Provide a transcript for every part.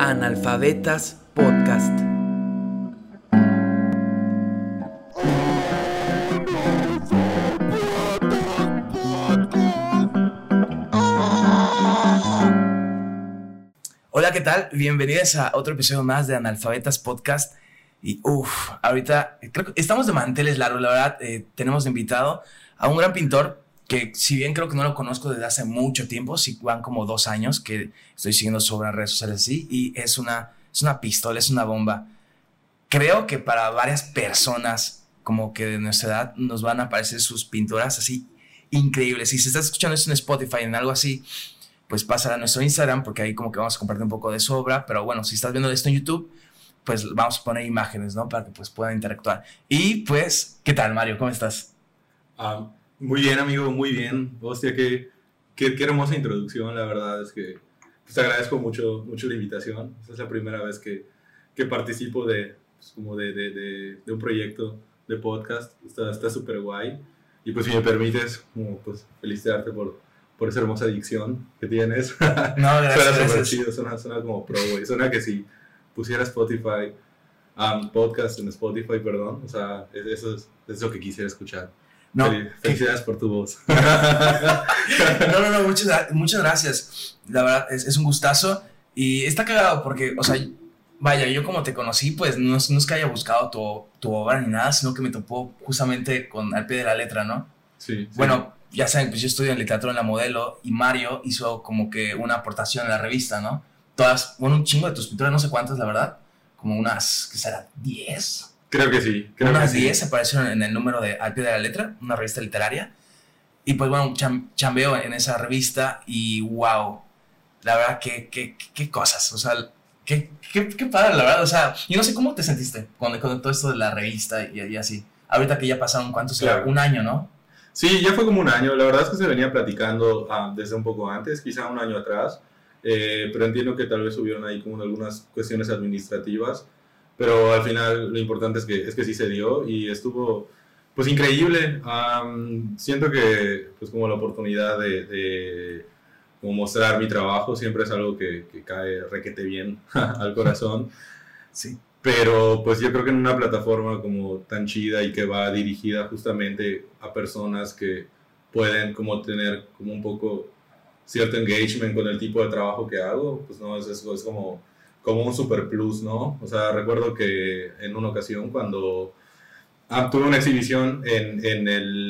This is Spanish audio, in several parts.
Analfabetas Podcast. Hola, ¿qué tal? Bienvenidos a otro episodio más de Analfabetas Podcast. Y ahorita creo que estamos de manteles largos, la verdad. Tenemos de invitado a un gran pintor que, si bien creo que no lo conozco desde hace mucho tiempo, sí van como 2 años que estoy siguiendo sobre las redes sociales así, y es una pistola, es una bomba. Creo que para varias personas como que de nuestra edad nos van a aparecer sus pinturas así increíbles. Y si estás escuchando esto en Spotify, en algo así, pues pasa a nuestro Instagram, porque ahí como que vamos a compartir un poco de su obra. Pero bueno, si estás viendo esto en YouTube, pues vamos a poner imágenes, ¿no? Para que pues puedan interactuar. Y pues, ¿qué tal, Mario? ¿Cómo estás? Muy bien, amigo, muy bien. Hostia, qué hermosa introducción. La verdad es que pues, te agradezco mucho la invitación. Esta es la primera vez que participo de un proyecto de podcast. Está súper guay. Y pues si me permites, como, pues, felicitarte por esa hermosa dicción que tienes. No, gracias. Suena súper chido, suena como pro, güey. Suena que si pusiera Spotify, podcast en Spotify, perdón, o sea, eso es lo que quisiera escuchar. No. Felicidades por tu voz. No, muchas gracias. La verdad, es un gustazo. Y está cagado porque, o sea, vaya, yo como te conocí, pues no es que haya buscado tu obra ni nada, sino que me topó justamente al pie de la letra, ¿no? Sí. Bueno, ya saben, pues yo estudio en literatura en La Modelo, y Mario hizo como que una aportación en la revista, ¿no? Un chingo de tus pinturas, no sé cuántas, la verdad, como unas, ¿qué será? ¿10? Creo que sí. Unas 10 aparecieron en el número de Al Pie de la Letra, una revista literaria. Y pues bueno, chambeo en esa revista y wow, la verdad, qué cosas, o sea, qué padre, la verdad. O sea, yo no sé cómo te sentiste con todo esto de la revista y así. Ahorita que ya pasaron, ¿cuánto será? Claro. Un año, ¿no? Sí, ya fue como un año. La verdad es que se venía platicando desde un poco antes, quizá un año atrás. Pero entiendo que tal vez hubieron ahí como algunas cuestiones administrativas. Pero al final lo importante es que sí se dio y estuvo pues increíble. Siento que pues como la oportunidad de como mostrar mi trabajo siempre es algo que cae requete bien al corazón. Sí. Pero pues yo creo que en una plataforma como tan chida y que va dirigida justamente a personas que pueden como tener como un poco cierto engagement con el tipo de trabajo que hago, pues no, es como un super plus, ¿no? O sea, recuerdo que en una ocasión cuando tuve una exhibición en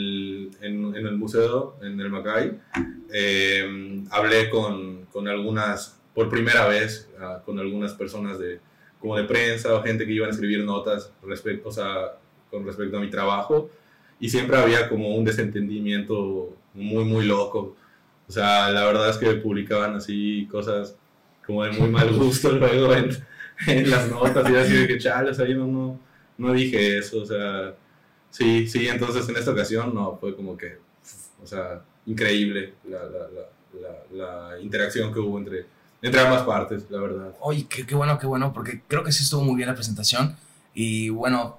el museo, en el Macay, hablé con algunas, por primera vez, con algunas personas como de prensa o gente que iban a escribir notas con respecto a mi trabajo, y siempre había como un desentendimiento muy, muy loco. O sea, la verdad es que publicaban así cosas como de muy mal gusto luego en las notas, y así de que chale, o sea, yo no dije eso, o sea, sí, entonces en esta ocasión no, fue como que, o sea, increíble la interacción que hubo entre ambas partes, la verdad. Oye, qué bueno, porque creo que sí estuvo muy bien la presentación. Y bueno,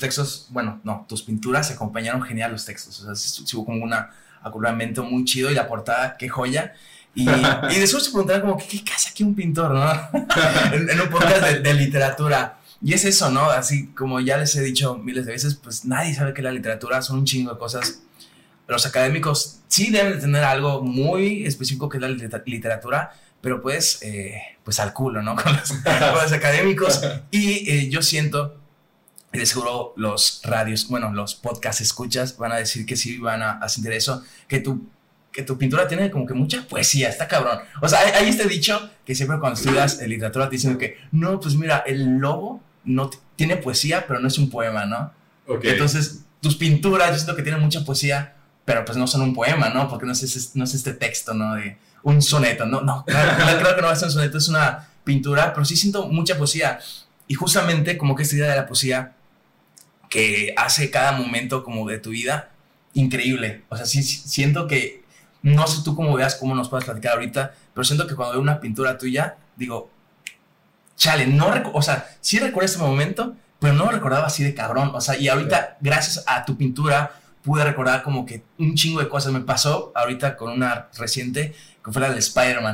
tus pinturas se acompañaron genial los textos, o sea, sí hubo como un acoplamiento muy chido, y la portada, qué joya. Y después se preguntarán como, ¿qué hace aquí un pintor, no? en un podcast de literatura. Y es eso, ¿no? Así como ya les he dicho miles de veces, pues nadie sabe que la literatura son un chingo de cosas. Los académicos sí deben de tener algo muy específico que es la literatura, pero pues al culo, ¿no? Con los académicos. Y yo siento, y de seguro los podcast escuchas van a decir que sí van a sentir eso, que tu pintura tiene como que mucha poesía, está cabrón. O sea, hay este dicho que siempre cuando estudias literatura te dicen que, no, pues mira, el lobo no tiene poesía, pero no es un poema, ¿no? Okay. Entonces, tus pinturas, yo siento que tienen mucha poesía, pero pues no son un poema, ¿no? Porque no es este texto, ¿no? De un soneto, no, claro que no es un soneto, es una pintura, pero sí siento mucha poesía. Y justamente como que esta idea de la poesía que hace cada momento como de tu vida increíble. O sea, sí siento que, no sé tú cómo veas, cómo nos puedas platicar ahorita, pero siento que cuando veo una pintura tuya, digo, chale, o sea, sí recuerdo este momento, pero no lo recordaba así de cabrón. O sea, y ahorita, gracias a tu pintura, pude recordar como que un chingo de cosas. Me pasó ahorita con una reciente, que fue la de Spider-Man.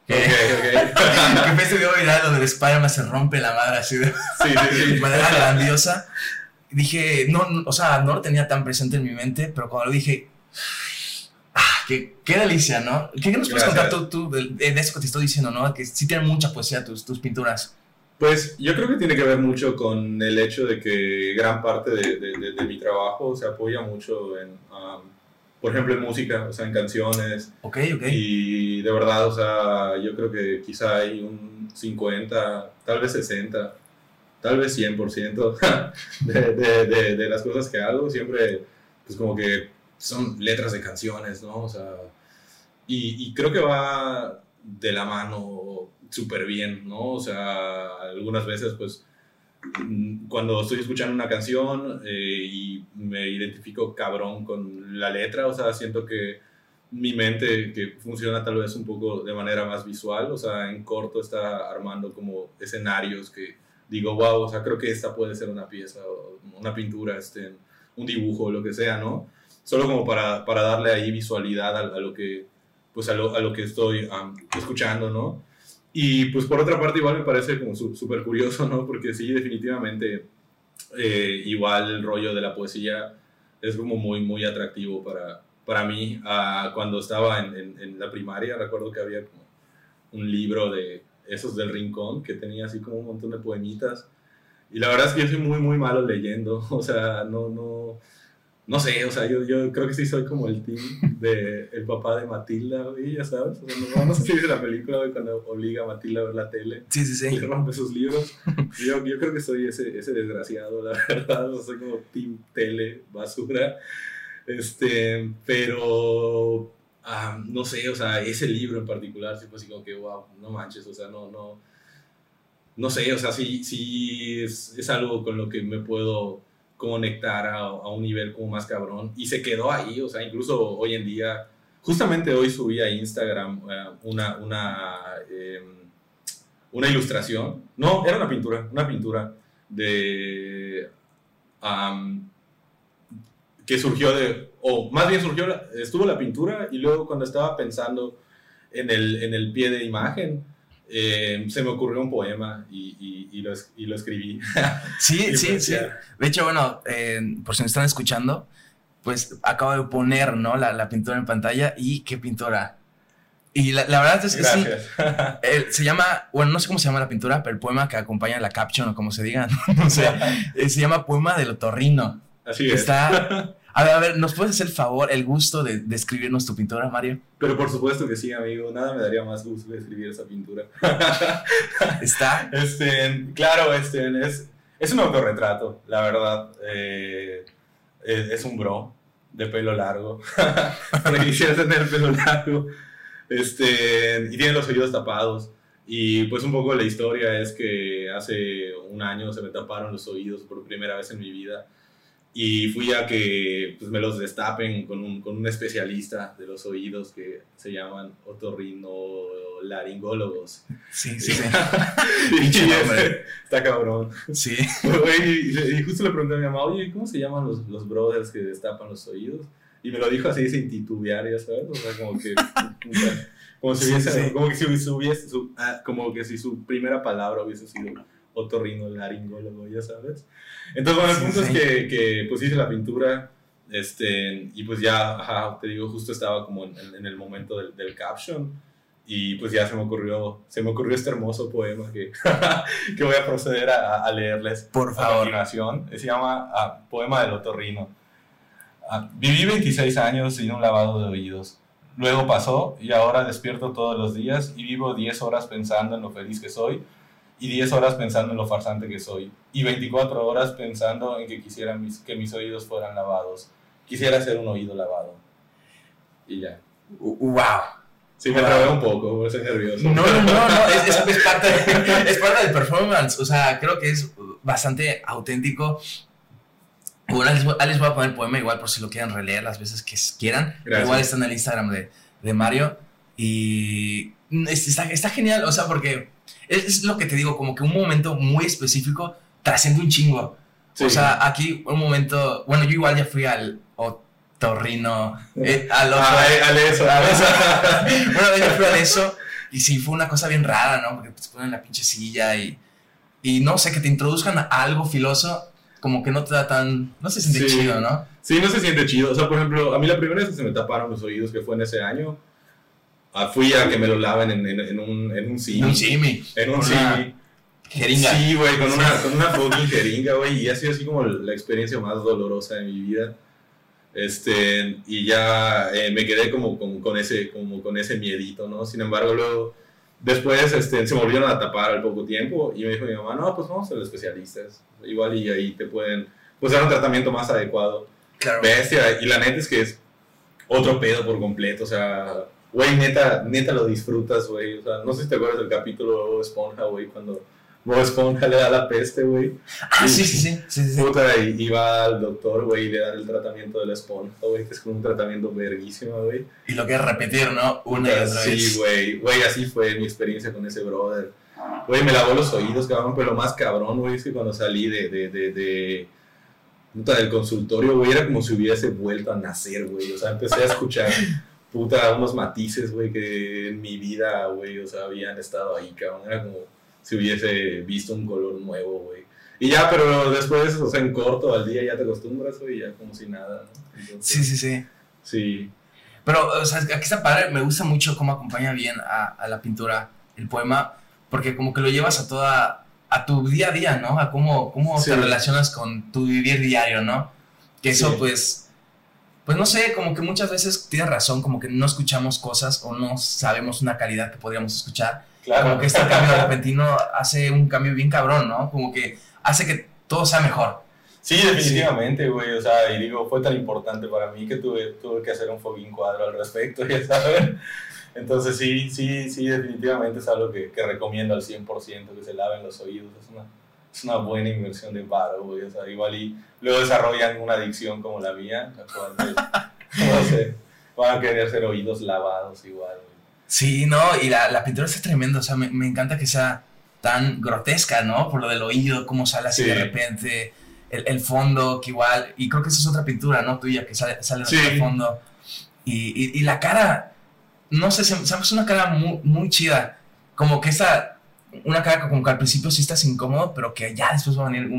Que fue este video viral donde el Spider-Man se rompe la madre así de manera grandiosa. Dije, o sea, no lo tenía tan presente en mi mente, pero cuando lo dije, qué delicia, ¿no? ¿Qué nos puedes contar tú de eso que te estoy diciendo, ¿no? Que sí tienen mucha poesía tus pinturas. Pues yo creo que tiene que ver mucho con el hecho de que gran parte de mi trabajo se apoya mucho en, por ejemplo, en música, o sea, en canciones. Ok. Y de verdad, o sea, yo creo que quizá hay un 50, tal vez 60, tal vez 100% de las cosas que hago, siempre, pues como que son letras de canciones, ¿no? O sea, y creo que va de la mano súper bien, ¿no? O sea, algunas veces, pues, cuando estoy escuchando una canción y me identifico cabrón con la letra, o sea, siento que mi mente, que funciona tal vez un poco de manera más visual, o sea, en corto está armando como escenarios que digo, wow, o sea, creo que esta puede ser una pieza, o una pintura, un dibujo, lo que sea, ¿no? Solo como para darle ahí visualidad a lo que, pues a lo que estoy escuchando, ¿no? Y pues por otra parte igual me parece como súper curioso, ¿no? Porque sí, definitivamente igual el rollo de la poesía es como muy atractivo para mí. Cuando estaba en la primaria recuerdo que había como un libro de esos del Rincón que tenía así como un montón de poemitas. Y la verdad es que yo soy muy malo leyendo, o sea, no sé, o sea, yo creo que sí soy como el team de el papá de Matilda, güey, ya sabes. O sea, no sé si viste la película, güey, cuando obliga a Matilda a ver la tele. Sí. Y le rompe sus libros. Yo creo que soy ese desgraciado, la verdad. O sea, soy como team tele, basura. Pero no sé, o sea, ese libro en particular, sí fue así como que, wow, no manches, o sea, no sé, o sea, sí es algo con lo que me puedo conectar a un nivel como más cabrón, y se quedó ahí, o sea, incluso hoy en día, justamente hoy subí a Instagram una ilustración, no, era una pintura de que surgió o más bien estuvo la pintura, y luego cuando estaba pensando en el pie de imagen, se me ocurrió un poema y lo escribí. Sí. De hecho, bueno, por si me están escuchando, pues acabo de poner, ¿no? la pintura en pantalla, y qué pintora. Y la verdad es que Gracias. sí, se llama, bueno, no sé cómo se llama la pintura, pero el poema que acompaña la caption, o como se diga, no sé, se llama Poema del Otorrino. Así es. A ver, ¿nos puedes hacer el favor, el gusto de escribirnos tu pintura, Mario? Pero por supuesto que sí, amigo. Nada me daría más gusto de escribir esa pintura. ¿Está? Claro, es un autorretrato, la verdad. Es un bro de pelo largo. Para quisiera tener el pelo largo. Y tiene los oídos tapados. Y pues un poco la historia es que hace un año se me taparon los oídos por primera vez en mi vida. Y fui a que pues, me los destapen con un especialista de los oídos que se llaman otorrinolaringólogos. Sí. Pinche nombre. Está cabrón. Sí. Y justo le pregunté a mi mamá, oye, ¿cómo se llaman los brothers que destapan los oídos? Y me lo dijo así sin titubear, ya sabes. O sea, como que si su primera palabra hubiese sido otorrinolaringólogo, ya sabes. Entonces, bueno, el punto es que pues hice la pintura, y pues ya, te digo, justo estaba como en el momento del caption, y pues ya se me ocurrió este hermoso poema que voy a proceder a leerles. Por favor. A continuación. Se llama Poema del Otorrino. Viví 26 años sin un lavado de oídos. Luego pasó, y ahora despierto todos los días y vivo 10 horas pensando en lo feliz que soy, y 10 horas pensando en lo farsante que soy, y 24 horas pensando en que quisiera que mis oídos fueran lavados. Quisiera ser un oído lavado. Y ya. ¡Wow! Sí, me trabé un poco, por ser nervioso. No, es parte del performance. O sea, creo que es bastante auténtico. Bueno, les voy a poner el poema igual por si lo quieren releer las veces que quieran. Gracias. Igual está en el Instagram de Mario. Y está genial, o sea, porque es lo que te digo, como que un momento muy específico trasciende un chingo. Sí. O sea, aquí un momento, bueno, yo igual ya fui al otorrino, al otro. Al eso. Bueno, yo fui al eso, Y sí, fue una cosa bien rara, ¿no? Porque te ponen la pinche silla y no sé, que te introduzcan a algo filoso, como que no te da tan, no se siente chido, ¿no? Sí, no se siente chido. O sea, por ejemplo, a mí la primera vez que se me taparon los oídos, que fue en ese año, fui a que me lo laven en un simi. En un simi. En un simi. Jeringa. Sí, güey, con una fucking jeringa, güey, y ha sido así como la experiencia más dolorosa de mi vida. Y ya me quedé como con ese miedito, ¿no? Sin embargo, luego, después se me volvieron a tapar al poco tiempo y me dijo mi mamá, no, pues vamos a los especialistas, igual y ahí te pueden, pues, dar un tratamiento más adecuado. Claro. Bestia, y la neta es que es otro pedo por completo, o sea, güey, neta lo disfrutas, güey, o sea, no sé si te acuerdas del capítulo de Bob Esponja, güey, cuando Bob Esponja le da la peste, güey. Ah, sí. Puta, y va al doctor, güey, y le dan el tratamiento de la esponja, güey, que es como un tratamiento verguísimo, güey. Y lo que es repetir, ¿no? Una y otra vez. Sí, güey, así fue mi experiencia con ese brother. Güey, me lavó los oídos, cabrón, pero lo más cabrón, güey, es que cuando salí del consultorio, güey, era como si hubiese vuelto a nacer, güey. O sea, empecé a escuchar, unos matices, güey, que en mi vida, güey, o sea, habían estado ahí, cabrón. Era como si hubiese visto un color nuevo, güey. Y ya, pero después, o sea, en corto, al día ya te acostumbras, güey, ya como si nada, ¿no? Entonces, sí. Pero, o sea, aquí está padre, me gusta mucho cómo acompaña bien a la pintura el poema, porque como que lo llevas a tu día a día, ¿no? A cómo te relacionas con tu vivir diario, ¿no? Que eso, pues no sé, como que muchas veces tienes razón, como que no escuchamos cosas o no sabemos una calidad que podríamos escuchar. Claro. Como que este cambio repentino hace un cambio bien cabrón, ¿no? Como que hace que todo sea mejor. Sí, definitivamente, güey, o sea, y digo, fue tan importante para mí que tuve que hacer un fucking cuadro al respecto, ya sabes. Entonces sí, definitivamente es algo que recomiendo al 100%, que se laven los oídos, es una buena inversión de paro, güey, o sea, igual y luego desarrollan una adicción como la mía, no sé, van a querer ser oídos lavados igual, güey. Sí, no, y la pintura es tremenda, o sea, me encanta que sea tan grotesca, ¿no? Por lo del oído, cómo sale así de repente, el fondo, que igual, y creo que esa es otra pintura, ¿no? Tuya, que sale del fondo, y la cara, no sé, se me hace una cara muy, muy chida, como que una cara como que al principio sí estás incómodo, pero que ya después va a venir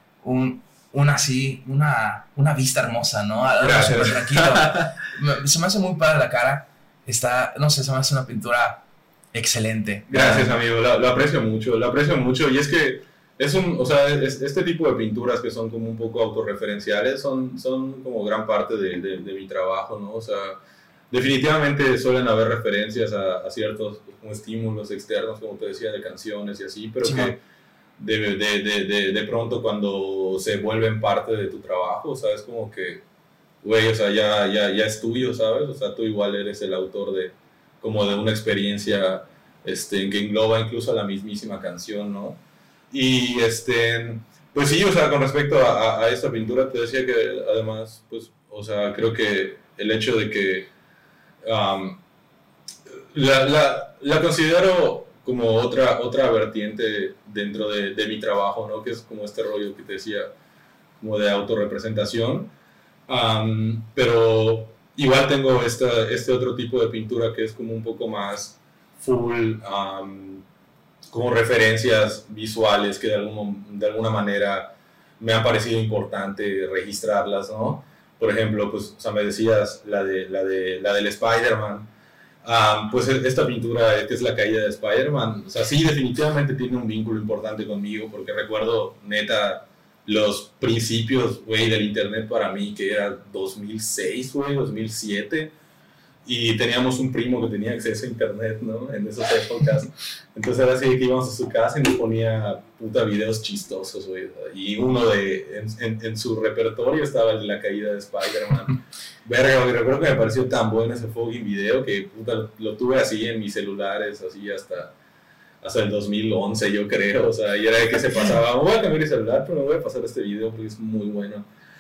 una vista hermosa, ¿no? Algo súper tranquilo. Se me hace muy padre la cara. No sé, se me hace una pintura excelente. Gracias, amigo, lo aprecio mucho, y es que este tipo de pinturas que son como un poco autorreferenciales son como gran parte de mi trabajo, ¿no? O sea, definitivamente suelen haber referencias a ciertos como estímulos externos, como te decía, de canciones y así, pero que de pronto cuando se vuelven parte de tu trabajo, o sea, es como que, güey, o sea, ya es tuyo, ¿sabes? O sea, tú igual eres el autor de una experiencia que engloba incluso a la mismísima canción, ¿no? Y pues sí, o sea, con respecto a esta pintura, te decía que además, pues, o sea, creo que el hecho de que la considero como otra vertiente dentro de mi trabajo, ¿no? Que es como este rollo que te decía, como de autorrepresentación. Pero igual tengo este otro tipo de pintura que es como un poco más full, como referencias visuales que de alguna manera me ha parecido importante registrarlas, ¿no? Por ejemplo, pues, o sea, me decías la del Spider-Man. Pues esta pintura que es la caída de Spider-Man, o sea, sí, definitivamente tiene un vínculo importante conmigo, porque recuerdo, neta, los principios, güey, del internet para mí, que era 2006, güey, 2007, y teníamos un primo que tenía acceso a internet, ¿no? En esas épocas. Entonces era así que íbamos a su casa y nos ponía videos chistosos, güey. Y uno en su repertorio estaba el de la caída de Spider-Man. Verga, güey, recuerdo que me pareció tan bueno ese fucking video que lo tuve así en mis celulares, así hasta el 2011, yo creo. O sea, y era de que se pasaba, voy a cambiar el celular, pero me voy a pasar este video porque es muy bueno.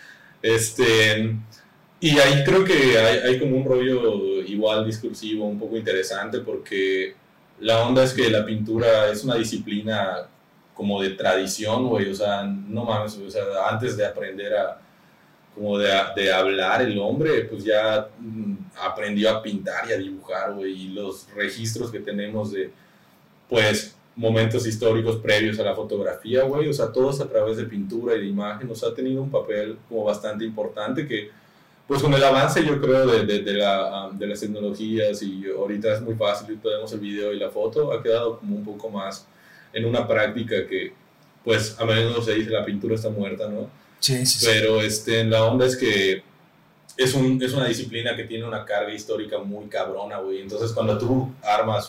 Y ahí creo que hay como un rollo igual discursivo, un poco interesante, porque la onda es que la pintura es una disciplina como de tradición, güey, o sea, no mames, o sea, antes de aprender como de hablar el hombre, pues ya aprendió a pintar y a dibujar, güey, y los registros que tenemos de, pues, momentos históricos previos a la fotografía, güey, o sea, todos a través de pintura y de imagen, o sea, ha tenido un papel como bastante importante que, pues, con el avance, yo creo, de las tecnologías, y ahorita es muy fácil, tenemos el video y la foto, ha quedado como un poco más en una práctica que, pues, a menudo se dice la pintura está muerta, ¿no? Sí, sí, sí. Pero la onda es que es una disciplina que tiene una carga histórica muy cabrona, güey. Entonces, cuando tú armas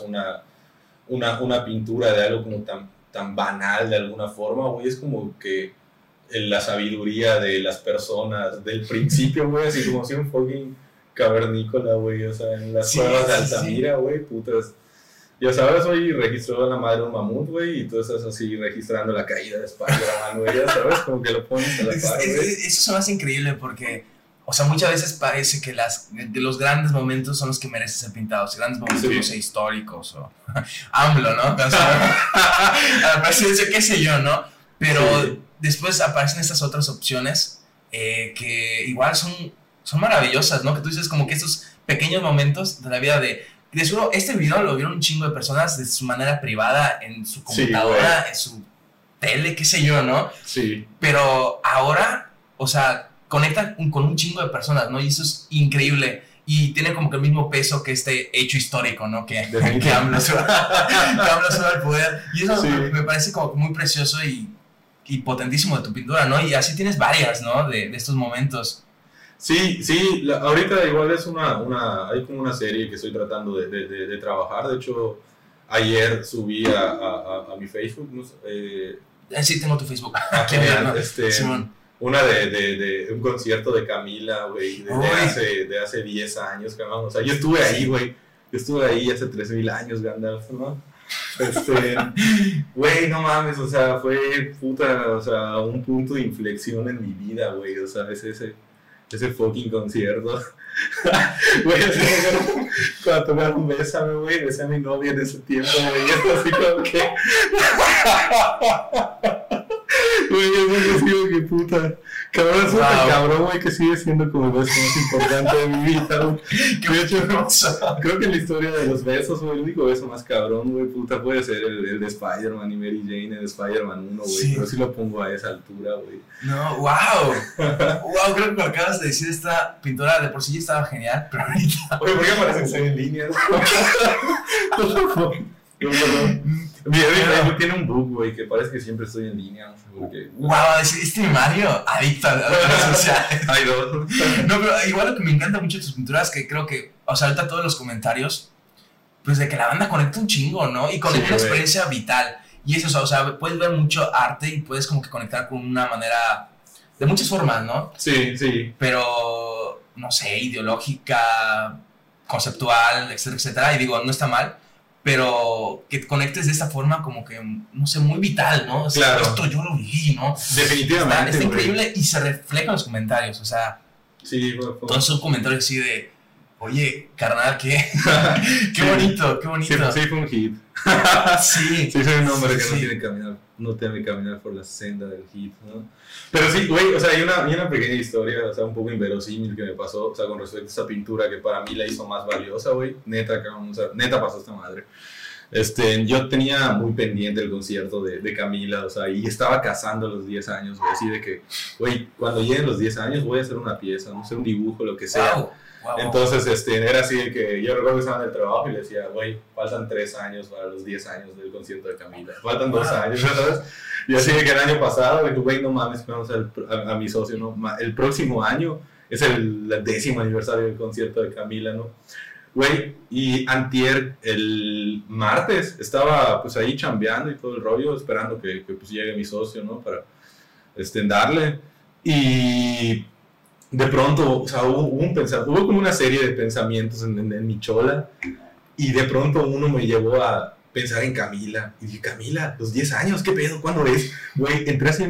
una pintura de algo como tan banal de alguna forma, güey, es como que la sabiduría de las personas del principio, güey, así como si un fucking cavernícola, güey, o sea, en las cuevas de Altamira, güey, putas. Ya sabes, hoy registró la madre de un mamut, güey, y tú estás así registrando la caída de Spider-Man, güey, ya sabes, como que lo pones a la par, güey. Eso se me hace increíble porque, o sea, muchas veces parece que de los grandes momentos son los que merecen ser pintados, grandes momentos, no sé, históricos o AMLO, ¿no? O sea, a la presidencia, qué sé yo, ¿no? Pero después aparecen estas otras opciones que igual son maravillosas, ¿no? Que tú dices como que estos pequeños momentos de la vida de seguro este video lo vieron un chingo de personas de su manera privada, en su computadora, en su tele, qué sé yo, ¿no? Sí. Pero ahora, o sea, conecta con un chingo de personas, ¿no? Y eso es increíble. Y tiene como que el mismo peso que este hecho histórico, ¿no? Que AMLO sube al poder. Y eso me parece como muy precioso y potentísimo de tu pintura, ¿no? Y así tienes varias, ¿no? De estos momentos. Sí, ahorita igual es hay como una serie que estoy tratando de trabajar. De hecho, ayer subí a mi Facebook, ¿no? Sí, tengo tu Facebook. Genial, una de un concierto de Camila, güey, de hace 10 años, cabrón. O sea, yo estuve ahí, güey. Yo estuve ahí hace 3000 años, Gandalf, ¿no? Güey, no mames, o sea, fue o sea, un punto de inflexión en mi vida, güey. O sea, ese fucking concierto. Güey, cuando tocaron Bésame, güey, besé a mi novia en ese tiempo, güey, y esto así como que... Güey, yo digo que puta... Cabrón, es tan cabrón, güey, que sigue siendo como el beso más importante de mi vida, güey. De hecho, creo que en la historia de los besos, güey, el único beso más cabrón, güey, puta, puede ser el de Spider-Man y Mary Jane en Spider-Man 1, güey. Pero sí lo pongo a esa altura, güey. No, wow. Wow, creo que lo que acabas de decir, esta pintura de por sí ya estaba genial, pero ahorita... Oye, ¿por qué parece que estoy en línea? Tiene un bug, güey, que parece que siempre estoy en línea, no sé por qué. Wow, este Mario, adicto a las redes sociales. Hay dos. No, pero igual lo que me encanta mucho de tus pinturas, que creo que, o sea, ahorita todos los comentarios, pues de que la banda conecta un chingo, ¿no? Y conecta una experiencia vital. Y es eso, o sea, puedes ver mucho arte y puedes como que conectar con una manera, de muchas formas, ¿no? Sí. Pero, no sé, ideológica, conceptual, etcétera, etcétera. Y digo, no está mal. Pero que conectes de esta forma como que, no sé, muy vital, ¿no? O sea, claro. Esto yo lo viví, ¿no? Definitivamente. Está increíble y se refleja en los comentarios, o sea, todos esos comentarios así de, oye, carnal, qué bonito, qué bonito. Sí, fue un hit. Sí. Sí, soy un hombre que no teme caminar por la senda del hit, ¿no? Pero sí, güey, o sea, hay una pequeña historia, o sea, un poco inverosímil que me pasó, o sea, con respecto a esa pintura que para mí la hizo más valiosa, güey. Neta, cabrón, o sea, neta pasó esta madre. Yo tenía muy pendiente el concierto de Camila, o sea, y estaba cazando los 10 años, güey, así de que, güey, cuando lleguen los 10 años voy a hacer una pieza, no sé, un dibujo, lo que sea. Wow. Entonces, era así de que yo recuerdo que estaba en el trabajo y le decía, güey, faltan 3 años para los 10 años del concierto de Camila, faltan 2 años, ¿sabes? Y así de que el año pasado, le dije, güey, no mames, vamos a mi socio, ¿no? El próximo año es el 10º aniversario del concierto de Camila, ¿no? Güey, y antier, el martes, estaba pues ahí chambeando y todo el rollo, esperando que pues llegue mi socio, ¿no? Para darle. Y de pronto, o sea, hubo como una serie de pensamientos en mi chola, y de pronto uno me llevó a pensar en Camila. Y dije, Camila, los 10 años, ¿qué pedo? ¿Cuándo es? Güey, entré así en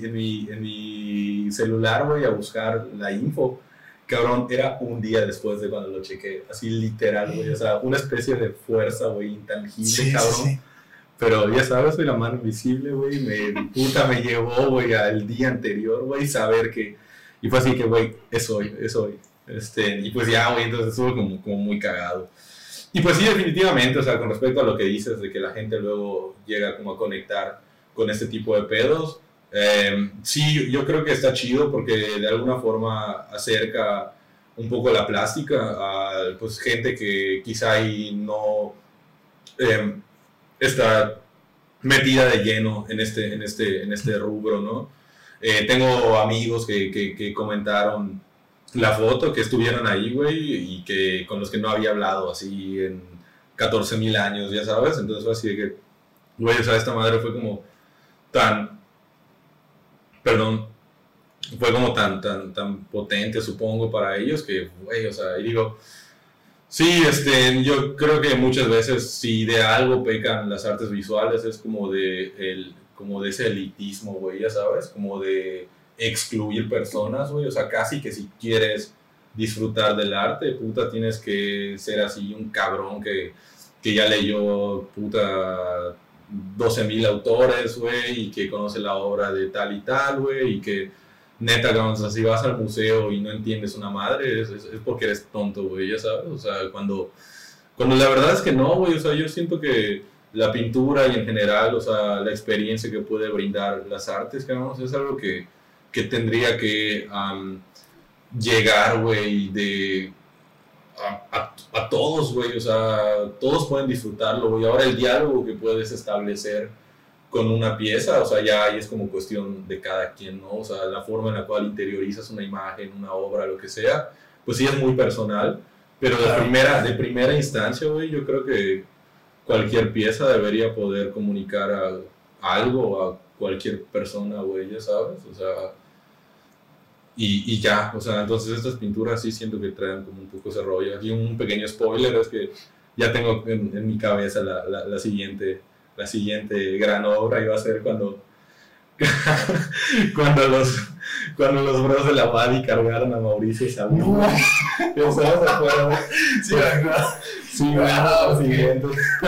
mi celular, güey, a buscar la info. Cabrón, era un día después de cuando lo chequé, así literal, güey, o sea, una especie de fuerza, güey, intangible, cabrón. Sí. Pero ya sabes, soy la mano invisible, güey, me llevó, güey, al día anterior, güey, saber que Y fue así que, güey, es hoy. Y pues ya, güey, entonces estuvo como muy cagado. Y pues sí, definitivamente, o sea, con respecto a lo que dices de que la gente luego llega como a conectar con este tipo de pedos, sí, yo creo que está chido porque de alguna forma acerca un poco la plástica a pues, gente que quizá ahí no está metida de lleno en este rubro, ¿no? Tengo amigos que comentaron la foto, que estuvieron ahí, güey, y que con los que no había hablado así en 14,000 años, ya sabes. Entonces fue así de que, güey, o sea, esta madre fue como tan, perdón, fue como tan potente, supongo, para ellos que, güey, o sea, y digo, sí, yo creo que muchas veces si de algo pecan las artes visuales es como como de ese elitismo, güey, ya sabes, como de excluir personas, güey, o sea, casi que si quieres disfrutar del arte, puta, tienes que ser así un cabrón que ya leyó, puta, 12,000 autores, güey, y que conoce la obra de tal y tal, güey, y que neta, o sea, si vas al museo y no entiendes una madre, es porque eres tonto, güey, ya sabes, o sea, cuando la verdad es que no, güey, o sea, yo siento que la pintura y en general, o sea, la experiencia que puede brindar las artes, digamos, es algo que tendría que llegar, güey, a todos, güey, o sea, todos pueden disfrutarlo, güey, ahora el diálogo que puedes establecer con una pieza, o sea, ya ahí es como cuestión de cada quien, ¿no? O sea, la forma en la cual interiorizas una imagen, una obra, lo que sea, pues sí es muy personal, pero de primera instancia, güey, yo creo que cualquier pieza debería poder comunicar algo a cualquier persona, güey, ya sabes, o sea, y ya, o sea, entonces estas pinturas sí siento que traen como un poco ese rollo. Aquí un pequeño spoiler es que ya tengo en mi cabeza la siguiente gran obra, iba a ser cuando los bros de la Badi cargaron a Mauricio Sabino. No. ¿Sabes? Afuera, sí, ¿verdad? Sí, wow, siguiente.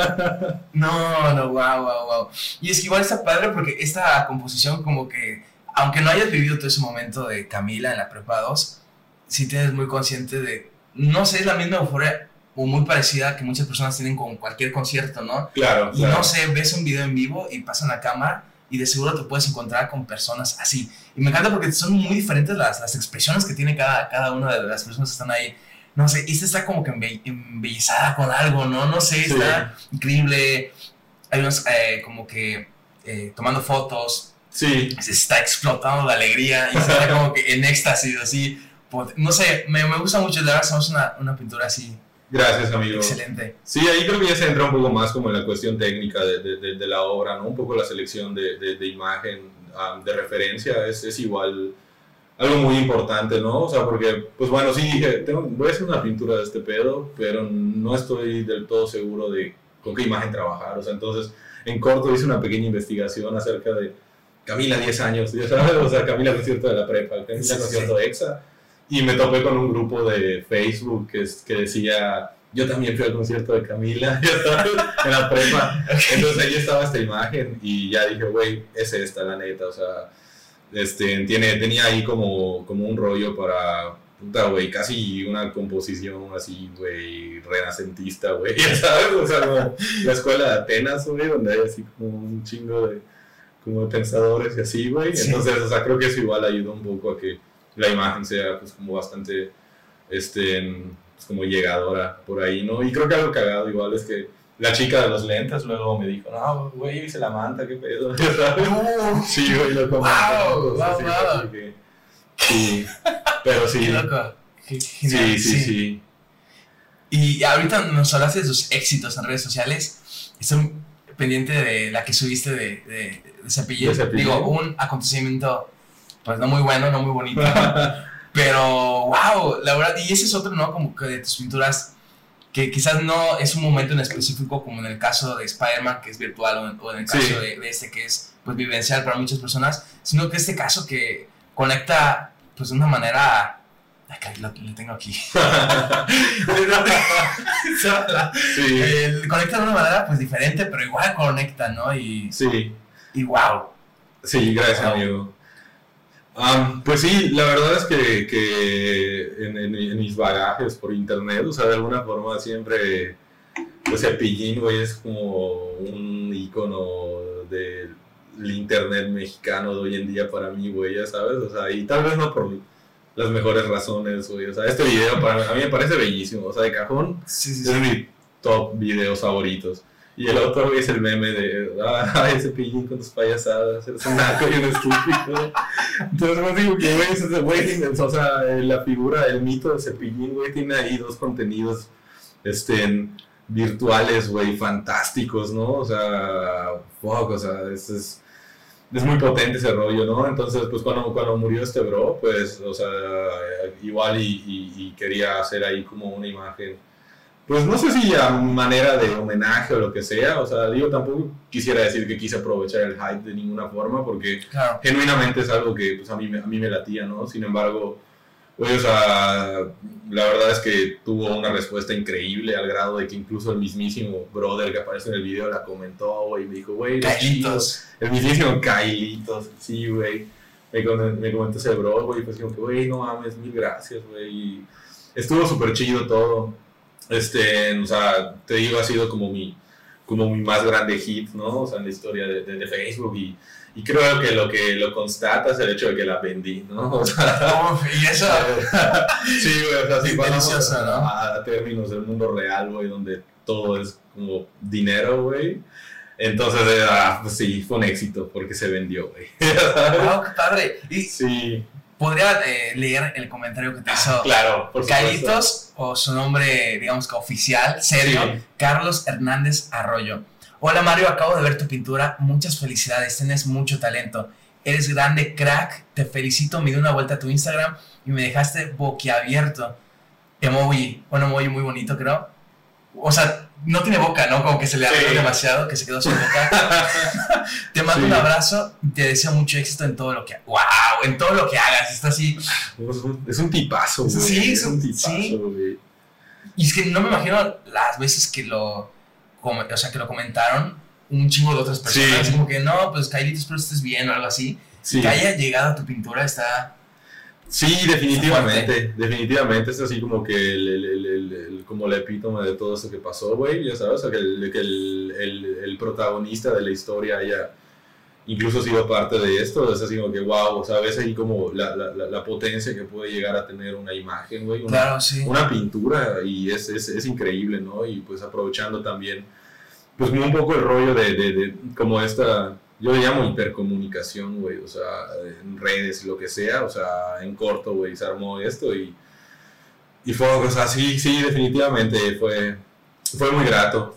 No, wow. Y es que igual está padre porque esta composición como que, aunque no hayas vivido todo ese momento de Camila en la Prepa 2, sí tienes muy consciente de, no sé, es la misma euforia o muy parecida que muchas personas tienen con cualquier concierto, ¿no? Claro. Y no sé, ves un video en vivo y pasan la cámara y de seguro te puedes encontrar con personas así. Y me encanta porque son muy diferentes las expresiones que tiene cada una de las personas que están ahí. No sé, esta está como que embellezada con algo, ¿no? No sé, está increíble. Hay unos como que tomando fotos. Sí. Se está explotando de alegría y está como que en éxtasis, así. No sé, me gusta mucho. La verdad, somos una pintura así. Gracias, amigo. Excelente. Sí, ahí creo que ya se entra un poco más como en la cuestión técnica de la obra, ¿no? Un poco la selección de imagen, de referencia, es igual algo muy importante, ¿no? O sea, porque, pues bueno, sí dije, voy a hacer una pintura de este pedo, pero no estoy del todo seguro de con qué imagen trabajar. O sea, entonces, en corto hice una pequeña investigación acerca de Camila 10 años, ¿ya sabes? O sea, Camila concierto de la prepa, Camila concierto de EXA. Y me topé con un grupo de Facebook que decía, yo también fui al concierto de Camila, en la prepa. Entonces ahí estaba esta imagen y ya dije, güey, es esta, la neta. O sea, tenía ahí como un rollo para, puta, güey, casi una composición así, güey, renacentista, güey, ¿sabes? O sea, como la escuela de Atenas, güey, donde hay así como un chingo de pensadores y así, güey. Sí. Entonces, o sea, creo que eso igual ayudó un poco a que la imagen sea pues como bastante pues, como llegadora por ahí, ¿no? Y creo que algo cagado igual es que la chica de los lentes luego me dijo, no, güey, yo hice la manta, qué pedo, ¿sabes? No. Sí, güey, lo comentó. Wow. Sí, pero sí. Qué loco. Qué genial. Sí. Y ahorita nos hablaste de tus éxitos en redes sociales. Estoy pendiente de la que subiste de Cepillín. Digo, un acontecimiento pues no muy bueno, no muy bonito, pero wow, la verdad, y ese es otro, ¿no? Como que de tus pinturas, que quizás no es un momento en específico como en el caso de Spider-Man, que es virtual, o en el caso de este que es pues vivencial para muchas personas, sino que este caso que conecta pues de una manera, lo tengo aquí, conecta de una manera pues diferente, pero igual conecta, ¿no? Y wow. Sí, gracias, amigo. Pues sí, la verdad es que en mis bagajes por internet, o sea, de alguna forma siempre, pues Cepillín, güey, es como un icono del internet mexicano de hoy en día para mí, güey, ya sabes, o sea, y tal vez no por las mejores razones, güey, o sea, este video a mí me parece bellísimo, o sea, de cajón, Sí, sí, es sí. mi top videos favoritos. Y el otro, güey, es el meme de, ese pillín con tus payasadas, eres un naco y un estúpido. Entonces, pues digo que, güey, ese güey, o sea, la figura, el mito de Cepillín, güey, tiene ahí dos contenidos, virtuales, güey, fantásticos, ¿no? O sea, fuck, o sea, es muy potente ese rollo, ¿no? Entonces, pues cuando murió este bro, pues, o sea, igual y quería hacer ahí como una imagen, pues no sé si a manera de homenaje o lo que sea, o sea, digo, tampoco quisiera decir que quise aprovechar el hype de ninguna forma, porque Claro. genuinamente es algo que pues, a mí me latía, ¿no? Sin embargo, güey, o sea, la verdad es que tuvo una respuesta increíble al grado de que incluso el mismísimo brother que aparece en el video la comentó, güey, y me dijo, güey, Cailitos. el mismísimo Cailitos, sí, güey, me comentó ese bro, güey, pues digo que, güey, no mames, mil gracias, güey, y estuvo súper chido todo. O sea, te digo, ha sido como mi más grande hit, ¿no? O sea, en la historia de Facebook y creo que lo constata es el hecho de que la vendí, ¿no? O sea, Uf, y eso. sí, güey, o sea, sí, Delicioso, pasamos ¿no? a términos del mundo real, güey, donde todo es como dinero, güey. Entonces, pues sí, fue un éxito porque se vendió, güey. Wow, qué padre. Y Sí, podría leer el comentario que te hizo claro, por supuesto. Cailitos, o su nombre, digamos que oficial, serio, Sí. Carlos Hernández Arroyo. Hola Mario, acabo de ver tu pintura, muchas felicidades, tienes mucho talento, eres grande, crack, te felicito, me di una vuelta a tu Instagram y me dejaste boquiabierto. Emoji, un emoji muy bonito, creo. O sea, no tiene boca, ¿no? Como que se le abrió Sí. demasiado, que se quedó sin boca. Te mando Sí. un abrazo y te deseo mucho éxito en todo lo que... ¡Wow! En todo lo que hagas, está así... Es un tipazo, güey. Sí, es un sí. tipazo, güey. Y es que no me imagino las veces que o sea, que lo comentaron un chingo de otras personas. Sí. Así como que, no, pues Kailito, espero estés bien o algo así. Sí. Que haya llegado a tu pintura está... Sí, definitivamente es así como que como el epítome de todo eso que pasó, güey, ya sabes, o sea, que el protagonista de la historia haya incluso sido parte de esto, es así como que wow, o sea, ves ahí como la potencia que puede llegar a tener una imagen, güey, Claro, sí. una pintura, y es increíble, ¿no? Y pues aprovechando también, pues un poco el rollo de como esta... Yo le llamo hipercomunicación, güey, o sea, en redes y lo que sea, o sea, en corto, güey, se armó esto y fue, o sea, sí, definitivamente fue muy grato,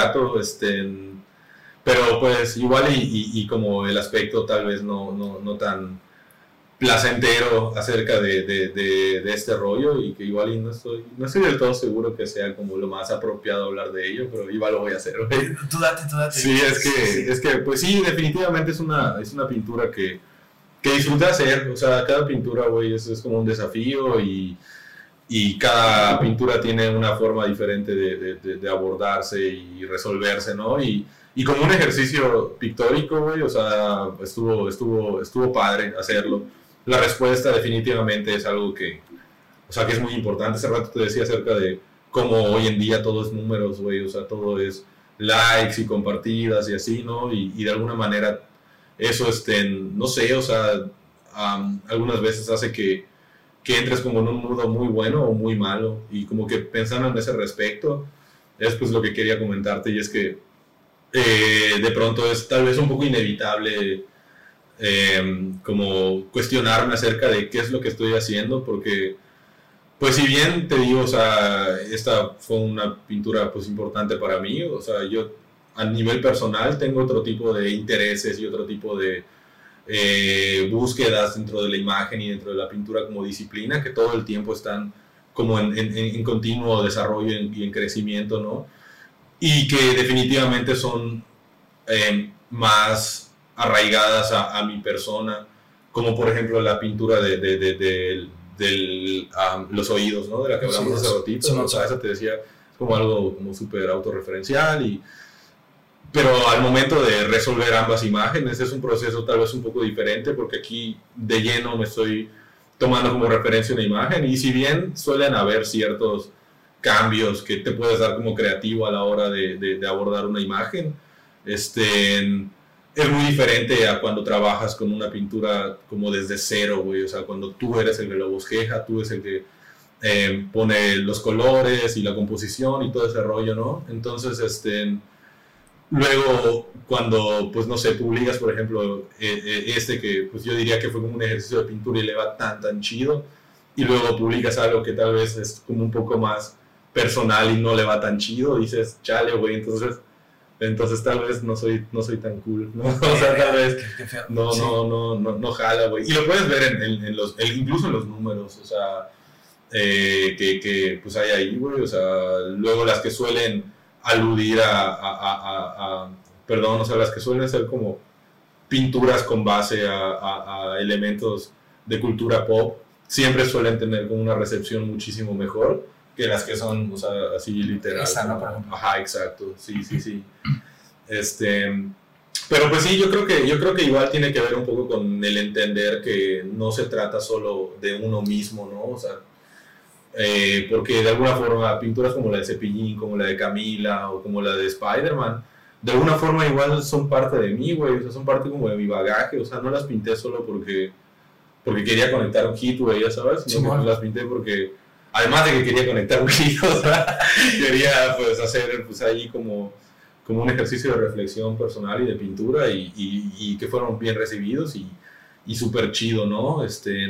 pero pues igual y como el aspecto tal vez no tan placentero acerca de este rollo y que igual y no estoy del todo seguro que sea como lo más apropiado hablar de ello, pero igual lo voy a hacer, güey. Tú date. Sí, es que, pues sí, definitivamente es una pintura que disfruté hacer, o sea, cada pintura, güey, es como un desafío y cada pintura tiene una forma diferente de abordarse y resolverse, ¿no? Y como un ejercicio pictórico, güey, o sea, estuvo padre hacerlo. La respuesta definitivamente es algo que es muy importante. Hace rato te decía acerca de cómo hoy en día todo es números, güey, o sea, todo es likes y compartidas y así, ¿no? Y de alguna manera eso, no sé, o sea, algunas veces hace que entres como en un modo muy bueno o muy malo, y como que pensando en ese respecto, es pues lo que quería comentarte, y es que de pronto es tal vez un poco inevitable como cuestionarme acerca de qué es lo que estoy haciendo, porque pues si bien te digo, o sea, esta fue una pintura pues importante para mí, o sea, yo a nivel personal tengo otro tipo de intereses y otro tipo de búsquedas dentro de la imagen y dentro de la pintura como disciplina que todo el tiempo están como en continuo desarrollo y en crecimiento, ¿no? Y que definitivamente son más arraigadas a mi persona, como por ejemplo la pintura de los oídos, ¿no? De la que hablamos hace ratito, sí, o sea, esa te decía, es como algo como súper autorreferencial pero al momento de resolver ambas imágenes es un proceso tal vez un poco diferente, porque aquí de lleno me estoy tomando como referencia una imagen, y si bien suelen haber ciertos cambios que te puedes dar como creativo a la hora de abordar una imagen, es muy diferente a cuando trabajas con una pintura como desde cero, güey. O sea, cuando tú eres el que lo bosqueja, tú eres el que pone los colores y la composición y todo ese rollo, ¿no? Entonces, luego, cuando, pues no sé, publicas, por ejemplo, que pues yo diría que fue como un ejercicio de pintura y le va tan chido, y luego publicas algo que tal vez es como un poco más personal y no le va tan chido, dices, chale, güey, entonces tal vez no soy tan cool, ¿no? O sea, tal vez no jala, güey. Y lo puedes ver incluso en los números, o sea, que pues hay ahí, güey, o sea, luego las que suelen aludir perdón, o sea, las que suelen ser como pinturas con base a elementos de cultura pop, siempre suelen tener como una recepción muchísimo mejor que las que son, o sea, así literal. Esa, ¿no? Por ejemplo. Ajá, exacto, sí. Pero pues sí, yo creo que igual tiene que ver un poco con el entender que no se trata solo de uno mismo, ¿no? O sea, porque de alguna forma pinturas como la de Cepillín, como la de Camila o como la de Spider-Man, de alguna forma igual son parte de mí, güey, o sea, son parte como de mi bagaje, o sea, no las pinté solo porque quería conectar un hit, güey, ya sabes, sino que las pinté porque, además de que quería conectar un hit, o sea, quería pues hacer pues ahí como un ejercicio de reflexión personal y de pintura, y que fueron bien recibidos y súper chido, ¿no?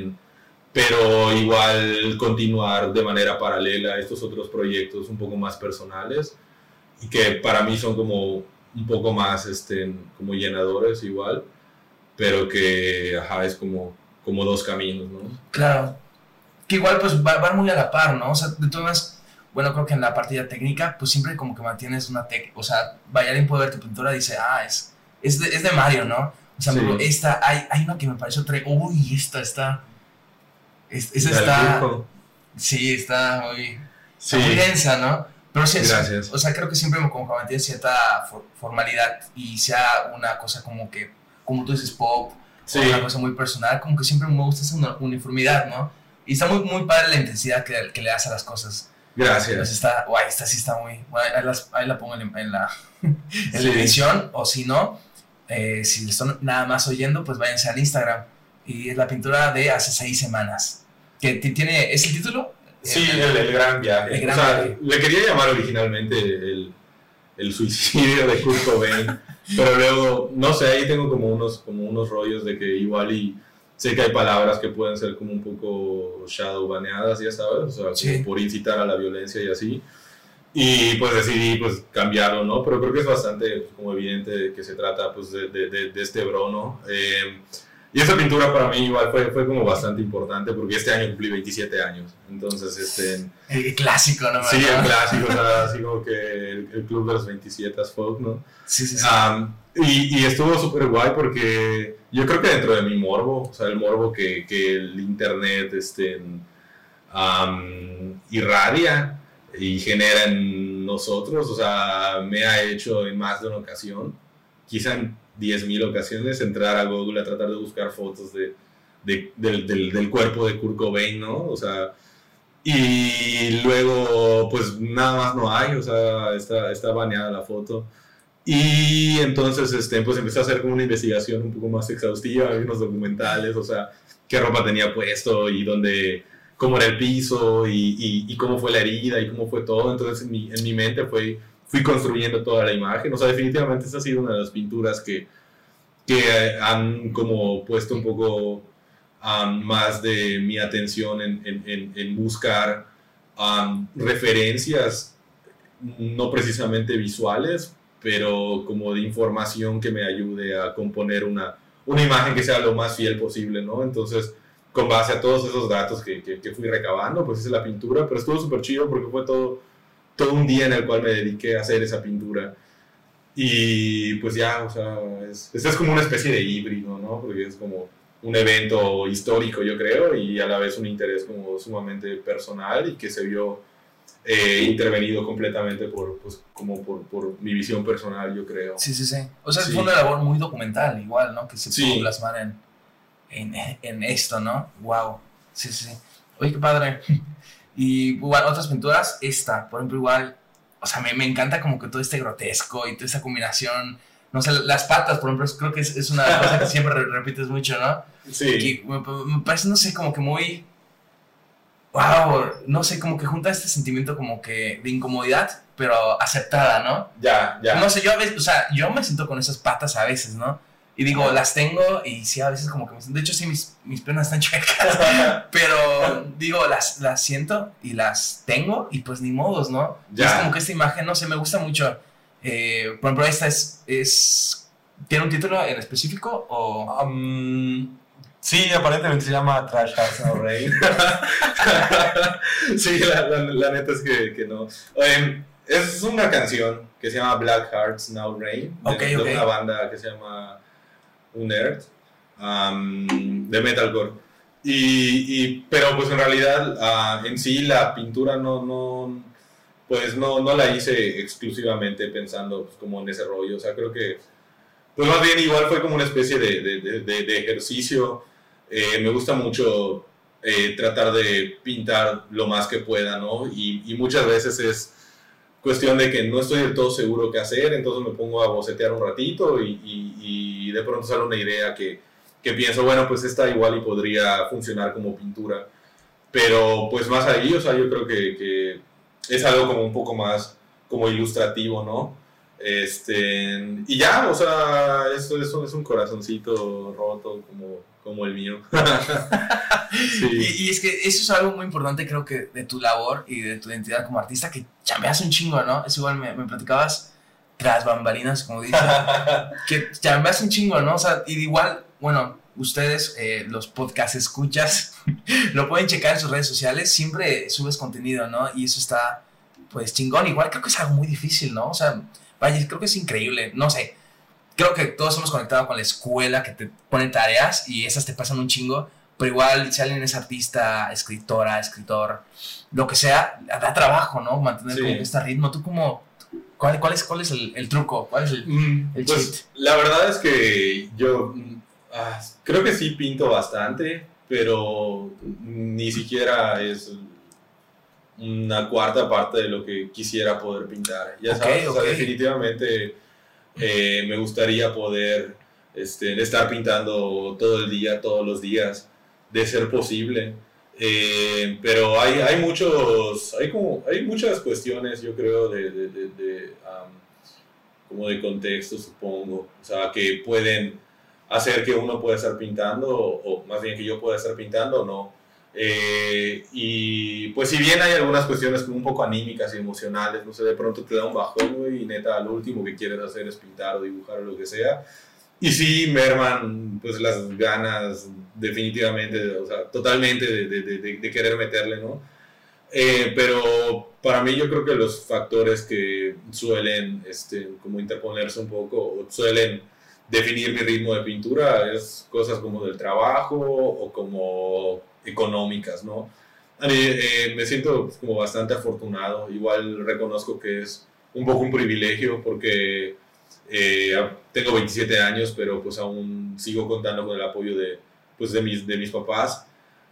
Pero igual continuar de manera paralela estos otros proyectos un poco más personales y que para mí son como un poco más como llenadores igual, pero que ajá, es como dos caminos, ¿no? Claro, que igual pues van muy a la par, ¿no? O sea, de todas, bueno, creo que en la partida técnica pues siempre como que mantienes una o sea, vaya, alguien puede ver tu pintura y dice, es de Mario, ¿no? O sea, sí. Hay una que me pareció uy, esta está... Esa está... Sí, está muy densa, ¿no? Pero sí, gracias. O sea, creo que siempre como que mantiene cierta formalidad y sea una cosa como que, como tú dices, pop, sí, o una cosa muy personal, como que siempre me gusta esa uniformidad, ¿no? Y está muy padre la intensidad que le das a las cosas. Gracias. Entonces esta sí está muy... Bueno, ahí la pongo en la edición, o si no, si le están nada más oyendo, pues váyanse al Instagram. Y es la pintura de hace 6 semanas. Que tiene, ¿es el título? Sí, el gran viaje. El gran viaje. Le quería llamar originalmente el suicidio de Kurt Cobain, pero luego, no sé, ahí tengo como unos rollos de que igual y sé que hay palabras que pueden ser como un poco shadow baneadas, ya sabes, o sea, sí, como por incitar a la violencia y así. Y pues decidí pues cambiarlo, ¿no? Pero creo que es bastante como evidente que se trata pues de este bro, ¿no? Y esa pintura para mí igual fue como bastante importante porque este año cumplí 27 años. Entonces, el clásico, ¿no? Sí, el clásico, o sea, así como que el club de los 27 as fuck, ¿no? Sí. Y estuvo súper guay porque yo creo que dentro de mi morbo, o sea, el morbo que el internet irradia y genera en nosotros, o sea, me ha hecho en más de una ocasión, quizá en 10,000 ocasiones, entrar a Google a tratar de buscar fotos del cuerpo de Kurt Cobain, ¿no? O sea, y luego pues nada más no hay, o sea, está baneada la foto. Y entonces pues empecé a hacer como una investigación un poco más exhaustiva, unos documentales, o sea, qué ropa tenía puesto y cómo era el piso y cómo fue la herida y cómo fue todo. Entonces en mi mente fui construyendo toda la imagen. O sea, definitivamente esa ha sido una de las pinturas que han como puesto un poco más de mi atención en buscar referencias, no precisamente visuales, pero como de información que me ayude a componer una imagen que sea lo más fiel posible, ¿no? Entonces, con base a todos esos datos que fui recabando, pues hice la pintura, pero estuvo súper chido porque fue todo un día en el cual me dediqué a hacer esa pintura. Y pues ya, o sea, es como una especie de híbrido, ¿no? Porque es como un evento histórico, yo creo, y a la vez un interés como sumamente personal y que se vio intervenido completamente pues, como por mi visión personal, yo creo. Sí, sí, sí. O sea, Sí. fue una labor muy documental, igual, ¿no? Que se Sí. pudo plasmar en esto, ¿no? Wow. Sí, sí, sí. Oye, qué padre. Y igual, otras pinturas, esta, por ejemplo, igual, o sea, me encanta como que todo este grotesco y toda esta combinación. No sé, las patas, por ejemplo, creo que es una cosa que siempre repites mucho, ¿no? Sí. Que me parece, no sé, como que muy. Wow, no sé, como que junta este sentimiento como que de incomodidad, pero aceptada, ¿no? Ya. No sé, yo a veces, o sea, yo me siento con esas patas a veces, ¿no? Y digo, las tengo y sí, a veces como que me siento, de hecho sí, mis piernas están chuecas, pero digo, las siento y las tengo y pues ni modos, ¿no? Ya. Y es como que esta imagen, no sé, me gusta mucho. Por ejemplo, esta ¿tiene un título en específico o...? Sí, aparentemente se llama Trash House Now Rain. Sí, la neta es que no. Es una canción que se llama Black Hearts Now Rain, de una banda que se llama Unearth, de metalcore. Pero pues en realidad en sí la pintura no la hice exclusivamente pensando pues, como en ese rollo. O sea, creo que pues más bien igual fue como una especie de ejercicio. Me gusta mucho tratar de pintar lo más que pueda, ¿no? Y muchas veces es cuestión de que no estoy del todo seguro qué hacer, entonces me pongo a bocetear un ratito y de pronto sale una idea que pienso, bueno, pues esta igual y podría funcionar como pintura. Pero pues más ahí, o sea, yo creo que es algo como un poco más como ilustrativo, ¿no? Y ya, o sea, eso es un corazoncito roto como el mío. Sí. Y es que eso es algo muy importante, creo que de tu labor y de tu identidad como artista, que chambeas un chingo, ¿no? Es igual, me platicabas tras bambalinas, como dices, que chambeas un chingo, ¿no? O sea, y igual, bueno, ustedes, los podcast escuchas, lo pueden checar en sus redes sociales, siempre subes contenido, ¿no? Y eso está, pues, chingón. Igual creo que es algo muy difícil, ¿no? O sea, vaya, creo que es increíble, no sé. Creo que todos hemos conectado con la escuela que te pone tareas y esas te pasan un chingo, pero igual si alguien es artista, escritora, escritor, lo que sea, da trabajo, ¿no? Mantener Sí. como que este ritmo. ¿Tú cómo, cuál es el truco? ¿Cuál es el pues, cheat? la verdad es que yo creo que sí pinto bastante, pero ni siquiera es una cuarta parte de lo que quisiera poder pintar. Ya sabes, o sea, definitivamente me gustaría poder estar pintando todo el día, todos los días, de ser posible. Pero hay muchas cuestiones, yo creo, como de contexto, supongo. O sea, que pueden hacer que uno pueda estar pintando, o más bien que yo pueda estar pintando o no. Y pues si bien hay algunas cuestiones como un poco anímicas y emocionales, no sé, de pronto te da un bajón, güey, y neta lo último que quieres hacer es pintar o dibujar o lo que sea, y sí merman pues las ganas definitivamente, o sea, totalmente de querer meterle, ¿no? Pero para mí yo creo que los factores que suelen como interponerse un poco o suelen definir mi ritmo de pintura es cosas como del trabajo o como económicas, ¿no? A mí, me siento pues, como bastante afortunado, igual reconozco que es un poco un privilegio porque tengo 27 años, pero pues aún sigo contando con el apoyo de mis papás.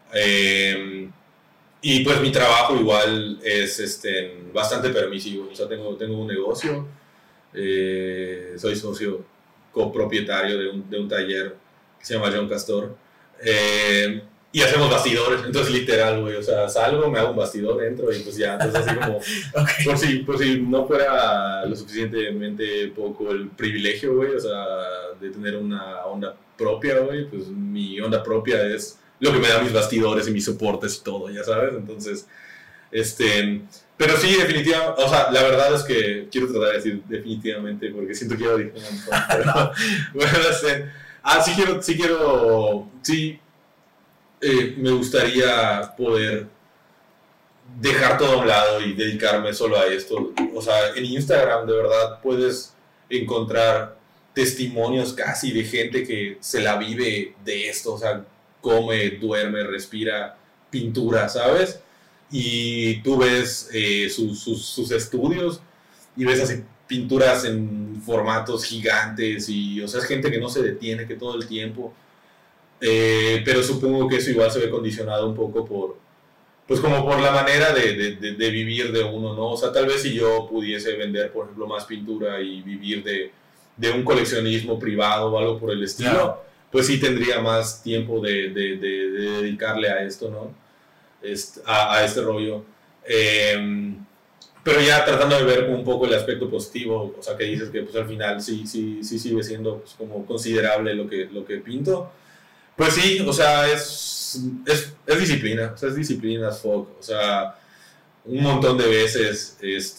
Y pues mi trabajo igual es bastante permisivo, o sea, tengo un negocio, soy socio copropietario de un taller que se llama John Castor, y hacemos bastidores, entonces literal, güey, o sea, salgo, me hago un bastidor, entro y pues ya, entonces así como, por si no fuera lo suficientemente poco el privilegio, güey, o sea, de tener una onda propia, güey, pues mi onda propia es lo que me da mis bastidores y mis soportes y todo, ya sabes, entonces, pero sí, definitivamente, o sea, la verdad es que quiero tratar de decir definitivamente, porque siento que ya lo dije un montón, pero, bueno, sí, me gustaría poder dejar todo a un lado y dedicarme solo a esto, o sea, en Instagram de verdad puedes encontrar testimonios casi de gente que se la vive de esto, o sea, come, duerme, respira pintura, ¿sabes? y tú ves sus estudios y ves así pinturas en formatos gigantes y, o sea, es gente que no se detiene, que todo el tiempo, pero supongo que eso igual se ve condicionado un poco pues como por la manera de vivir de uno, ¿no? O sea, tal vez si yo pudiese vender, por ejemplo, más pintura y vivir de un coleccionismo privado o algo por el estilo, Claro. pues sí tendría más tiempo de dedicarle a esto, ¿no? A este rollo. Pero ya tratando de ver un poco el aspecto positivo, o sea, que dices que pues al final sí sigue siendo pues, como considerable lo que pinto. Pues sí, o sea, es disciplina, o sea, es disciplina as fuck, o sea, un montón de veces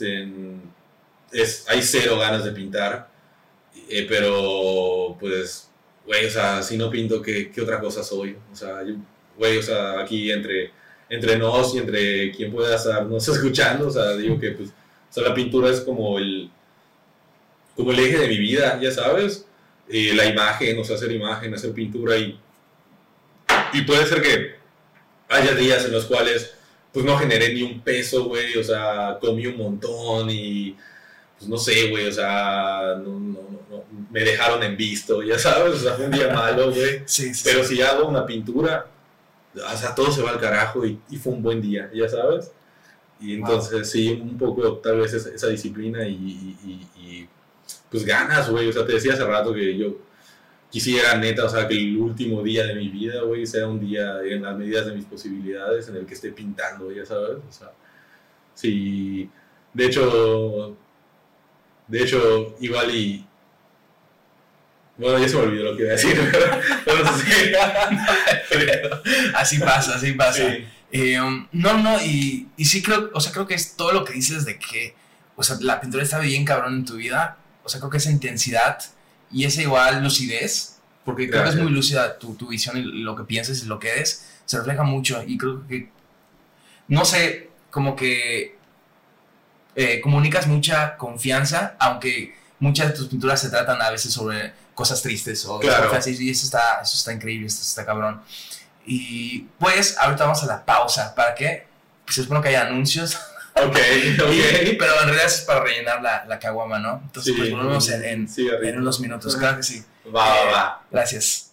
hay cero ganas de pintar, pero pues, güey, o sea, si no pinto, ¿qué otra cosa soy? O sea, güey, o sea, aquí entre nos y entre quien pueda estarnos escuchando, o sea, digo que pues, o sea, la pintura es como el eje de mi vida, ya sabes, la imagen, o sea, hacer imagen, hacer pintura y puede ser que haya días en los cuales pues no generé ni un peso, güey, o sea, comí un montón y pues no sé, güey, o sea, no, me dejaron en visto, ya sabes, o sea, fue un día malo, güey. Sí, sí, Pero sí. si hago una pintura, o sea, todo se va al carajo y fue un buen día, ya sabes. Y entonces sí, un poco tal vez esa disciplina y pues ganas, güey, o sea, te decía hace rato que yo quisiera neta, o sea, que el último día de mi vida, güey, sea un día en las medidas de mis posibilidades en el que esté pintando, ya sabes, o sea, sí, de hecho, igual y, bueno, ya se me olvidó lo que iba a decir, pero sí. Así pasa, así pasa. Sí. No, y sí creo, o sea, creo que es todo lo que dices de que, o sea, la pintura está bien cabrón en tu vida, o sea, creo que esa intensidad y esa igual lucidez, porque creo que es muy lúcida tu visión y lo que piensas y lo que eres, se refleja mucho y creo que, no sé, como que comunicas mucha confianza, aunque muchas de tus pinturas se tratan a veces sobre cosas tristes o Claro. y eso está increíble, eso está cabrón. Y pues ahorita vamos a la pausa. ¿Para qué? Pues espero que haya anuncios. Ok. Pero en realidad es para rellenar la caguama, ¿no? Entonces Sí, pues volvemos sí, en unos minutos. Claro que sí. Va. Gracias.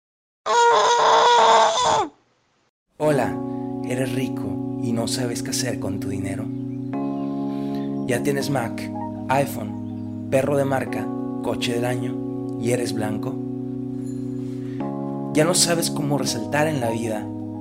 Hola, ¿eres rico y no sabes qué hacer con tu dinero? ¿Ya tienes Mac, iPhone, perro de marca, coche del año y eres blanco? ¿Ya no sabes cómo resaltar en la vida?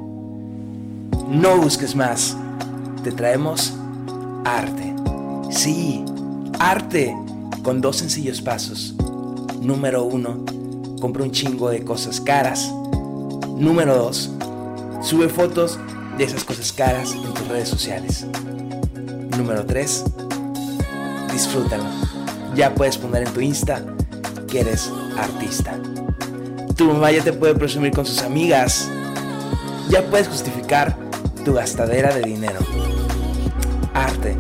No busques más. Te traemos arte. Sí, arte, con 2 sencillos pasos. Número 1, compra un chingo de cosas caras. Número 2, sube fotos de esas cosas caras en tus redes sociales. Número 3, disfrútalo. Ya puedes poner en tu Insta que eres artista. Tu mamá ya te puede presumir con sus amigas. Ya puedes justificar tu gastadera de dinero. Arte.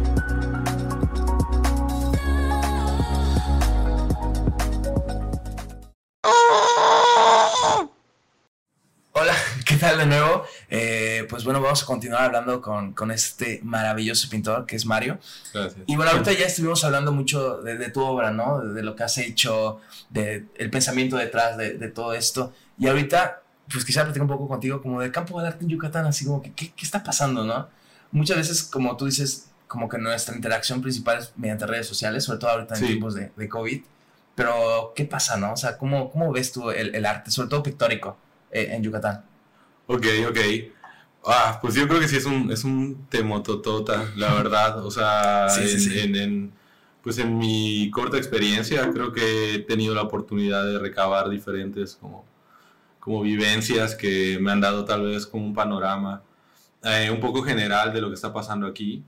Hola, ¿qué tal de nuevo? Pues bueno, vamos a continuar hablando con este maravilloso pintor que es Mario. Gracias. Y bueno, ahorita ya estuvimos hablando mucho de tu obra, ¿no? De lo que has hecho, el pensamiento detrás de todo esto. Y ahorita, pues quisiera platicar un poco contigo como del campo del arte en Yucatán, así como que, ¿qué está pasando, no? Muchas veces, como tú dices, como que nuestra interacción principal es mediante redes sociales, sobre todo ahorita en tiempos de COVID. Pero, ¿qué pasa, no? O sea, ¿cómo ves tú el arte, sobre todo pictórico, en Yucatán? Ok. Pues yo creo que sí es un temototota, la verdad. O sea, Sí. pues en mi corta experiencia creo que he tenido la oportunidad de recabar diferentes como vivencias que me han dado tal vez como un panorama un poco general de lo que está pasando aquí.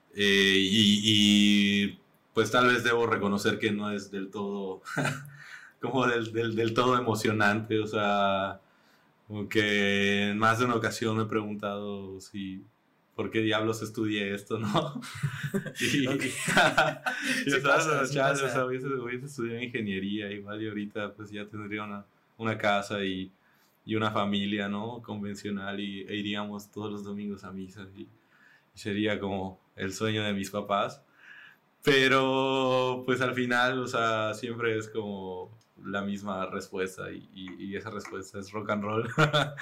Pues tal vez debo reconocer que no es del todo como del todo emocionante, o sea, como que en más de una ocasión me he preguntado si por qué diablos estudié esto, ¿no? Y Okay. yo pasa. o sea, hubiese estudiado ingeniería igual y ahorita pues ya tendría una casa y una familia, ¿no? Convencional e iríamos todos los domingos a misa sería como el sueño de mis papás. Pero pues al final, o sea, siempre es como la misma respuesta y esa respuesta es rock and roll.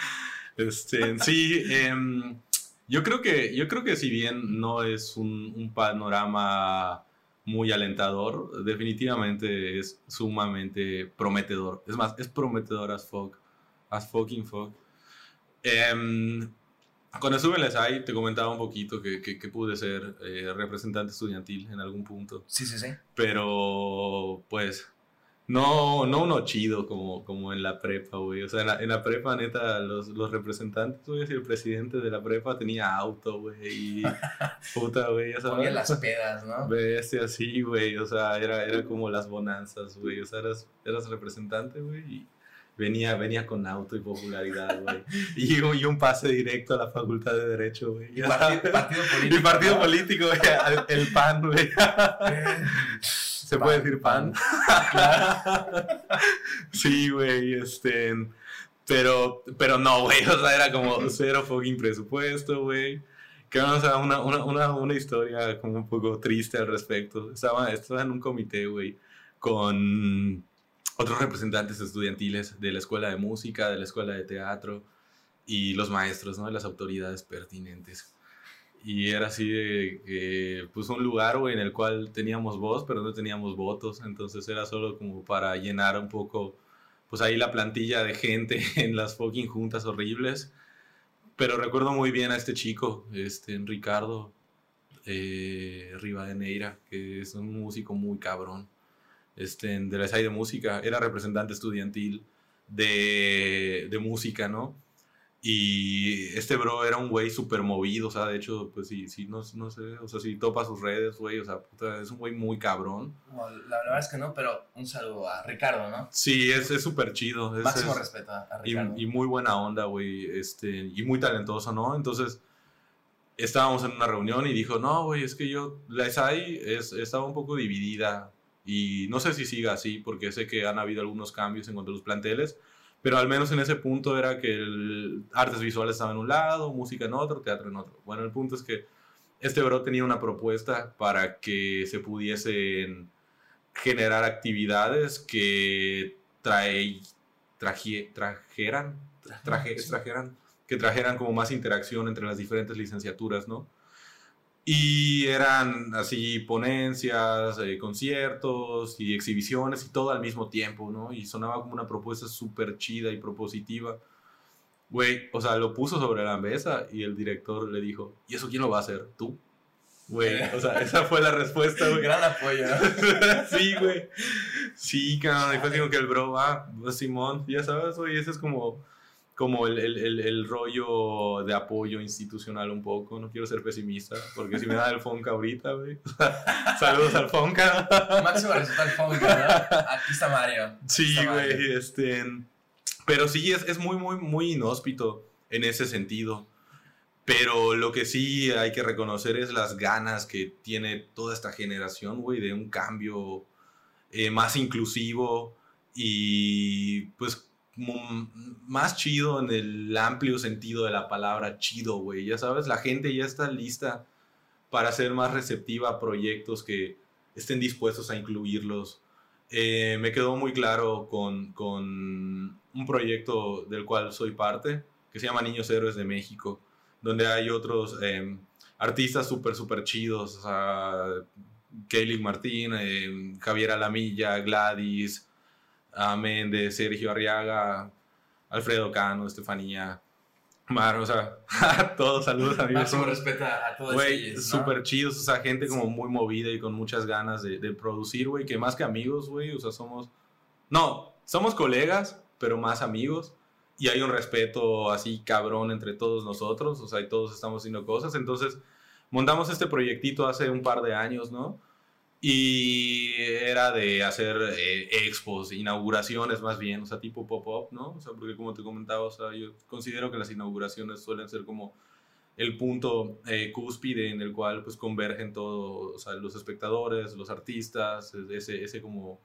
Sí, yo creo que si bien no es un panorama muy alentador, definitivamente es sumamente prometedor. Es más, es prometedor as fucking fuck. Em, Cuando estuve en la SAI te comentaba un poquito que pude ser representante estudiantil en algún punto, Sí, sí, sí. pero pues no uno chido como en la prepa, güey. O sea, en la prepa, neta, los representantes, güey, si el presidente de la prepa tenía auto, güey, y puta, güey, ya Ponía sabes. las pedas, ¿no? Bestia, así, güey, o sea, era como las bonanzas, güey, o sea, eras representante, güey, y venía con auto y popularidad, güey, y un pase directo a la facultad de Derecho, güey. Y partido político. Y partido ¿no? político, güey, el PAN, güey. ¿Se puede decir PAN? Claro. Sí, güey, pero no, güey, o sea, era como cero fucking presupuesto, güey. Que o sea, una historia como un poco triste al respecto. Estaba en un comité, güey, con otros representantes estudiantiles de la escuela de música, de la escuela de teatro y los maestros, ¿no? De las autoridades pertinentes. Y era así de pues un lugar, güey, en el cual teníamos voz, pero no teníamos votos. Entonces era solo como para llenar un poco, pues ahí la plantilla de gente en las fucking juntas horribles. Pero recuerdo muy bien a este chico, Ricardo Rivadeneira, que es un músico muy cabrón, de la SAI de música. Era representante estudiantil de música, ¿no? Y este bro era un güey súper movido, o sea, de hecho, pues sí, no sé, o sea, si topa sus redes, güey, o sea, puta, es un güey muy cabrón. Bueno, la verdad es que no, pero un saludo a Ricardo, ¿no? Sí, es súper chido. Máximo respeto a Ricardo. Y muy buena onda, güey, y muy talentoso, ¿no? Entonces, estábamos en una reunión y dijo, no, güey, es que la SAI estaba un poco dividida y no sé si siga así, porque sé que han habido algunos cambios en cuanto a los planteles, pero al menos en ese punto era que artes visuales estaba en un lado, música en otro, teatro en otro. Bueno, el punto es que este bro tenía una propuesta para que se pudiesen generar actividades que trajeran como más interacción entre las diferentes licenciaturas, ¿no? Y eran así ponencias, conciertos y exhibiciones y todo al mismo tiempo, ¿no? Y sonaba como una propuesta súper chida y propositiva. Güey, o sea, lo puso sobre la mesa y el director le dijo, ¿y eso quién lo va a hacer? ¿Tú? Güey, o sea, esa fue la respuesta, güey. Gran apoyo. Sí, güey. Sí, cabrón. Y fue como que el bro, pues Simón, ya sabes, güey, ese es como el rollo de apoyo institucional un poco. No quiero ser pesimista, porque si me da el Fonca ahorita, güey. Saludos al Fonca. Máximo respeto al Fonca, ¿no? Aquí está Mario. Sí, güey, pero sí, es muy, muy, muy inhóspito en ese sentido. Pero lo que sí hay que reconocer es las ganas que tiene toda esta generación, güey, de un cambio más inclusivo y pues más chido en el amplio sentido de la palabra chido, güey. Ya sabes, la gente ya está lista para ser más receptiva a proyectos que estén dispuestos a incluirlos. Me quedó muy claro con un proyecto del cual soy parte, que se llama Niños Héroes de México, donde hay otros artistas súper, súper chidos, o sea, Keilig Martín, Javier Alamilla, Gladys, Méndez, Sergio Arriaga, Alfredo Cano, Estefanía, Mar, o sea, todos saludos amigos. Máximo respeto a todos güey, ellos, ¿no? súper chidos, o sea, gente como muy movida y con muchas ganas de producir, güey, que más que amigos, güey, o sea, somos colegas, pero más amigos. Y hay un respeto así cabrón entre todos nosotros, o sea, y todos estamos haciendo cosas. Entonces, montamos este proyectito hace un par de años, ¿no? Y era de hacer expos, inauguraciones más bien, o sea, tipo pop-up, ¿no? O sea, porque como te comentaba, o sea, yo considero que las inauguraciones suelen ser como el punto cúspide en el cual pues convergen todos, o sea, los espectadores, los artistas, ese como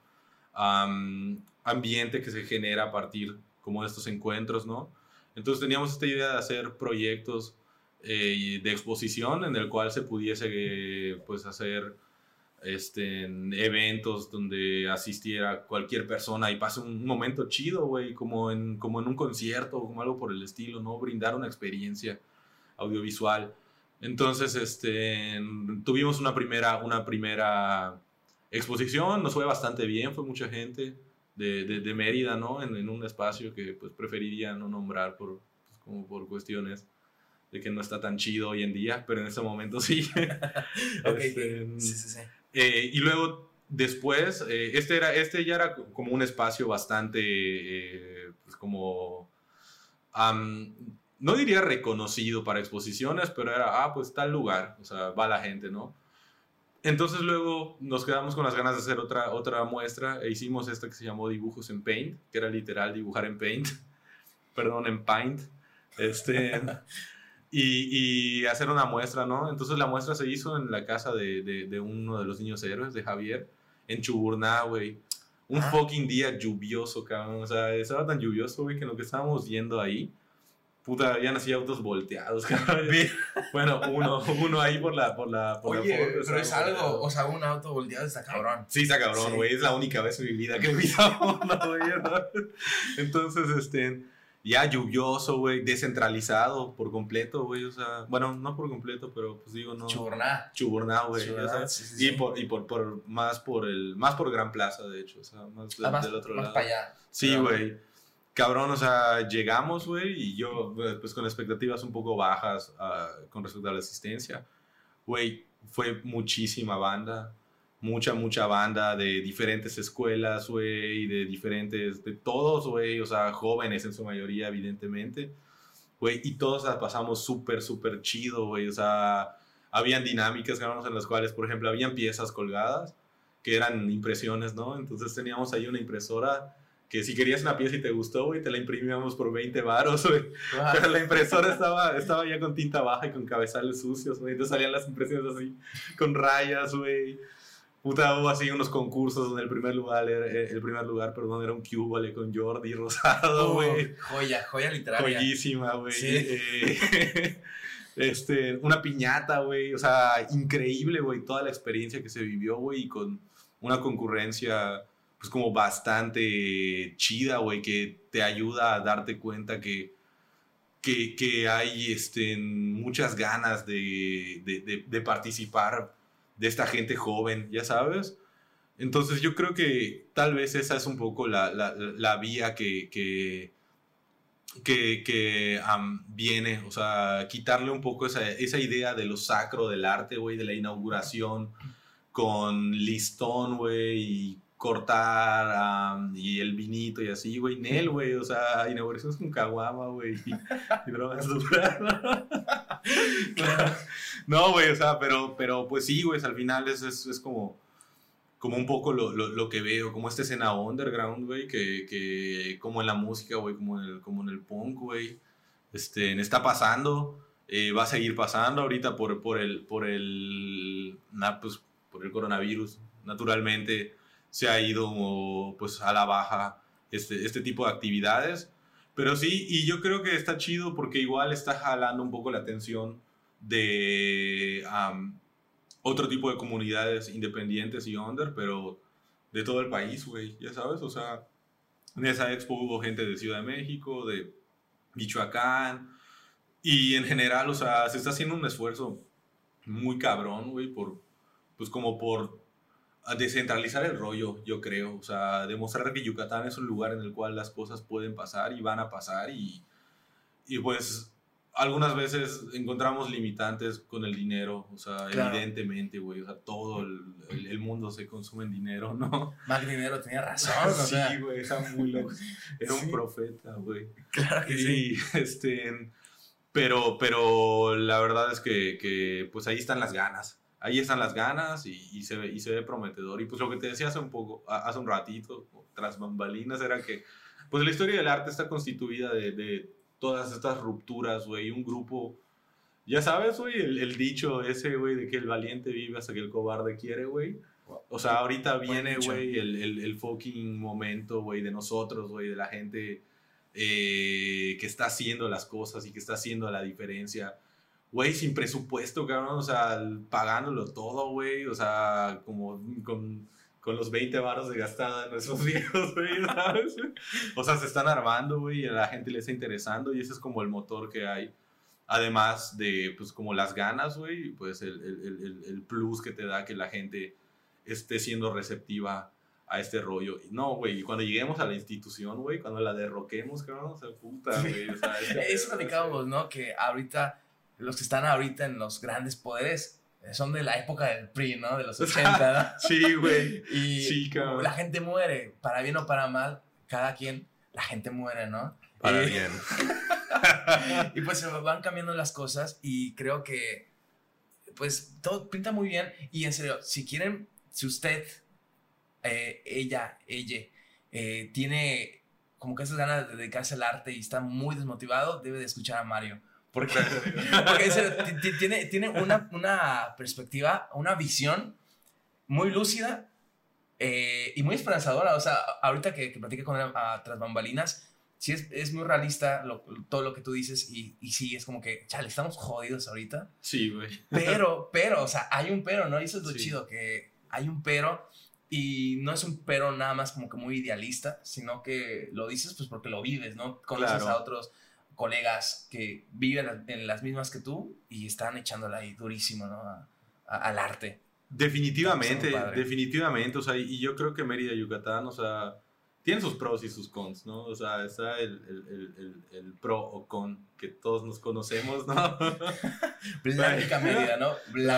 ambiente que se genera a partir como de estos encuentros, ¿no? Entonces teníamos esta idea de hacer proyectos de exposición en el cual se pudiese pues hacer eventos donde asistiera cualquier persona y pase un momento chido, güey, como en un concierto o como algo por el estilo, ¿no? Brindar una experiencia audiovisual. Entonces, tuvimos una primera exposición, nos fue bastante bien, fue mucha gente de Mérida, ¿no? En un espacio que pues preferiría no nombrar pues, como por cuestiones de que no está tan chido hoy en día, pero en ese momento sí. Okay. Sí. Y luego después, este ya era como un espacio bastante, pues como, no diría reconocido para exposiciones, pero era, pues tal lugar, o sea, va la gente, ¿no? Entonces luego nos quedamos con las ganas de hacer otra muestra e hicimos esta que se llamó Dibujos en Paint, que era literal dibujar en Paint, perdón, en Paint, y hacer una muestra, ¿no? Entonces la muestra se hizo en la casa de uno de los niños héroes, de Javier, en Chuburná, güey. Un fucking día lluvioso, cabrón. O sea, estaba tan lluvioso, güey, que en lo que estábamos yendo ahí, puta, habían así autos volteados, cabrón. Bueno, uno ahí por la Oye, foto, pero es algo, o sea, un auto volteado está cabrón. Sí, está cabrón, güey. Sí. Es la única vez en mi vida que he visto uno, güey, ¿no? Entonces, ya lluvioso, güey, descentralizado por completo, güey, o sea, bueno, no por completo, pero pues digo, no. Chuburná, güey, sí. Y más por Gran Plaza, de hecho, o sea, más del otro lado. Más para allá. Sí, güey. Cabrón, o sea, llegamos, güey, y yo, pues con expectativas un poco bajas con respecto a la asistencia. Güey, fue muchísima banda. Mucha banda de diferentes escuelas, güey, de todos, güey, o sea, jóvenes en su mayoría, evidentemente, güey, y todos la pasamos súper chido, güey, o sea, habían dinámicas, en las cuales, por ejemplo, habían piezas colgadas, que eran impresiones, ¿no? Entonces teníamos ahí una impresora que si querías una pieza y te gustó, güey, te la imprimíamos por 20 varos, güey. Wow. Pero la impresora estaba ya con tinta baja y con cabezales sucios, güey, entonces salían las impresiones así, con rayas, güey. Puta, hubo así unos concursos donde el primer lugar, era un cubole con Jordi Rosado, güey. Joya literaria. Joyísima, güey. Sí. Una piñata, güey. O sea, increíble, güey, toda la experiencia que se vivió, güey, y con una concurrencia, pues como bastante chida, güey, que te ayuda a darte cuenta que hay muchas ganas de participar de esta gente joven, ya sabes. Entonces yo creo que tal vez esa es un poco la vía que viene, o sea, quitarle un poco esa idea de lo sacro del arte, güey, de la inauguración con listón, güey, y cortar y el vinito y así, güey, Nel, güey, o sea, inauguraciones con caguama, güey, y drogas duras. No, güey, o sea, pero pues sí, güey, al final es como un poco lo que veo, como esta escena underground, güey, que como en la música, güey, como en el punk, güey, está pasando, va a seguir pasando ahorita por el coronavirus, naturalmente se ha ido pues a la baja este tipo de actividades, pero sí, y yo creo que está chido porque igual está jalando un poco la atención de otro tipo de comunidades independientes y under, pero de todo el país, güey, ya sabes, o sea, en esa expo hubo gente de Ciudad de México, de Michoacán, y en general, o sea, se está haciendo un esfuerzo muy cabrón, güey, por descentralizar el rollo, yo creo, o sea, demostrar que Yucatán es un lugar en el cual las cosas pueden pasar y van a pasar, y pues algunas veces encontramos limitantes con el dinero, o sea, claro. Evidentemente, güey, o sea, todo el mundo se consume en dinero, ¿no? Más dinero, tenía razón, o sea. Sí, güey, está muy loco, era un profeta, güey. Claro que sí. Pero la verdad es que pues ahí están las ganas y se ve prometedor, y pues lo que te decía hace un ratito, tras bambalinas, era que pues la historia del arte está constituida de todas estas rupturas, güey, un grupo, ya sabes, güey, el dicho ese, güey, de que el valiente vive hasta que el cobarde quiere, güey. O sea, ahorita viene, güey, el fucking momento, güey, de nosotros, güey, de la gente que está haciendo las cosas y que está haciendo la diferencia, güey, sin presupuesto, cabrón, o sea, pagándolo todo, güey, o sea, como con los 20 varos de gastada en nuestros viejos, güey, ¿sabes? O sea, se están armando, güey, y a la gente le está interesando y ese es como el motor que hay. Además de, pues, como las ganas, güey, pues el plus que te da que la gente esté siendo receptiva a este rollo. No, güey, cuando lleguemos a la institución, güey, cuando la derroquemos, cabrón, o sea, puta, güey. O sea, eso platicábamos, ¿no? Que ahorita, los que están ahorita en los grandes poderes son de la época del PRI, ¿no? De los 80, ¿no? Sí, güey. Y sí, cabrón. La gente muere, para bien o para mal, cada quien, la gente muere, ¿no? Para bien. Y pues se van cambiando las cosas y creo que, pues, todo pinta muy bien. Y en serio, si quieren, si usted, ella, tiene como que esas ganas de dedicarse al arte y está muy desmotivado, debe de escuchar a Mario. Porque en serio, tiene una perspectiva, una visión muy lúcida y muy esperanzadora. O sea, ahorita que platiqué con él tras bambalinas, sí es muy realista todo lo que tú dices y sí, es como que, chale, estamos jodidos ahorita. Sí, güey. Pero, o sea, hay un pero, ¿no? Y eso es lo chido, que hay un pero y no es un pero nada más como que muy idealista, sino que lo dices pues porque lo vives, ¿no? Conoces a otros colegas que viven en las mismas que tú y están echándola ahí durísimo, ¿no? Al arte. Definitivamente, definitivamente, o sea, y yo creo que Mérida, Yucatán, o sea, tiene sus pros y sus cons, ¿no? O sea, está el pro o con que todos nos conocemos, ¿no? Blanca Mérida, ¿no?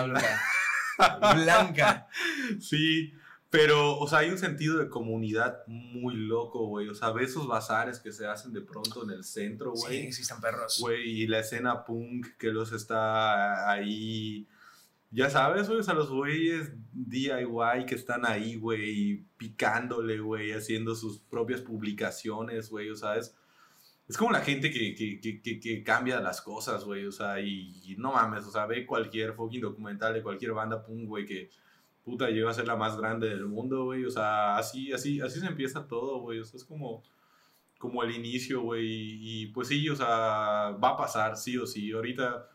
Blanca. Sí, pero, o sea, hay un sentido de comunidad muy loco, güey. O sea, ves esos bazares que se hacen de pronto en el centro, güey. Sí, están perros. Güey, y la escena punk que los está ahí. Ya sabes, güey, o sea, los güeyes DIY que están ahí, güey, picándole, güey, haciendo sus propias publicaciones, güey, o sea, es como la gente que cambia las cosas, güey, o sea, y no mames, o sea, ve cualquier fucking documental de cualquier banda punk, güey, que puta llega a ser la más grande del mundo, güey, o sea, así se empieza todo, güey, o sea, es como el inicio, güey, y pues sí, o sea, va a pasar, sí o sí, ahorita,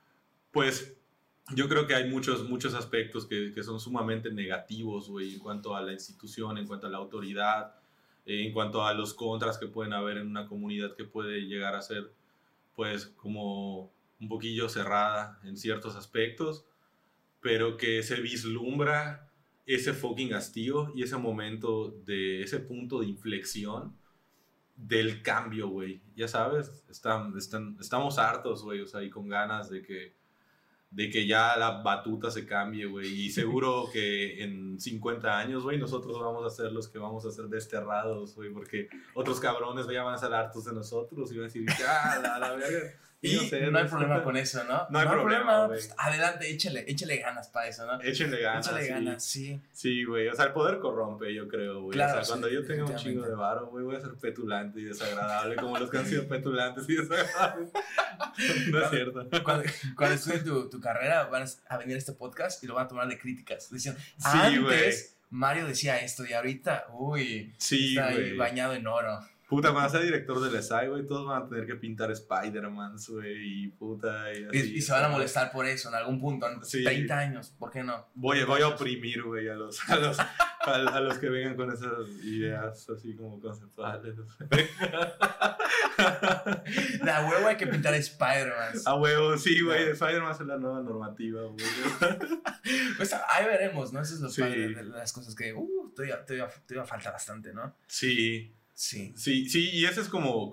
pues yo creo que hay muchos aspectos que son sumamente negativos, güey, en cuanto a la institución, en cuanto a la autoridad, en cuanto a los contras que pueden haber en una comunidad que puede llegar a ser, pues, como un poquillo cerrada en ciertos aspectos, pero que se vislumbra ese fucking hastío y ese momento ese punto de inflexión del cambio, güey. Ya sabes, estamos hartos, güey, o sea, y con ganas de que ya la batuta se cambie, güey. Y seguro que en 50 años, güey, nosotros vamos a ser los que vamos a ser desterrados, güey, porque otros cabrones ya van a ser hartos de nosotros y van a decir, ya, la verga. Y no hay problema con eso, ¿no? No hay problema, güey. Pues, adelante, échale ganas para eso, ¿no? Échenle ganas, sí. Sí, güey. O sea, el poder corrompe, yo creo, güey. Claro, o sea, cuando yo tenga un chingo de varo, güey, voy a ser petulante y desagradable, como los que han sido petulantes y desagradables. No es cierto. Cuando estudien tu carrera, van a venir a este podcast y lo van a tomar de críticas. Dicen, Sí, antes güey. Mario decía esto y ahorita, uy, Sí, está ahí güey. bañado en oro. Puta, cuando sea director del SAI, güey, todos van a tener que pintar Spider-Man, güey, y puta, y así. Y se van a molestar por eso en algún punto, en Sí. 30 años, ¿por qué no? Voy a oprimir, güey, a los que vengan con esas ideas así como conceptuales. La huevo hay que pintar Spider-Man. A huevo, sí, güey, Spider-Man es la nueva normativa, güey. Pues ahí veremos, ¿no? Eso es lo Sí. padre de las cosas que todavía falta bastante, ¿no? Sí, Sí. y eso es como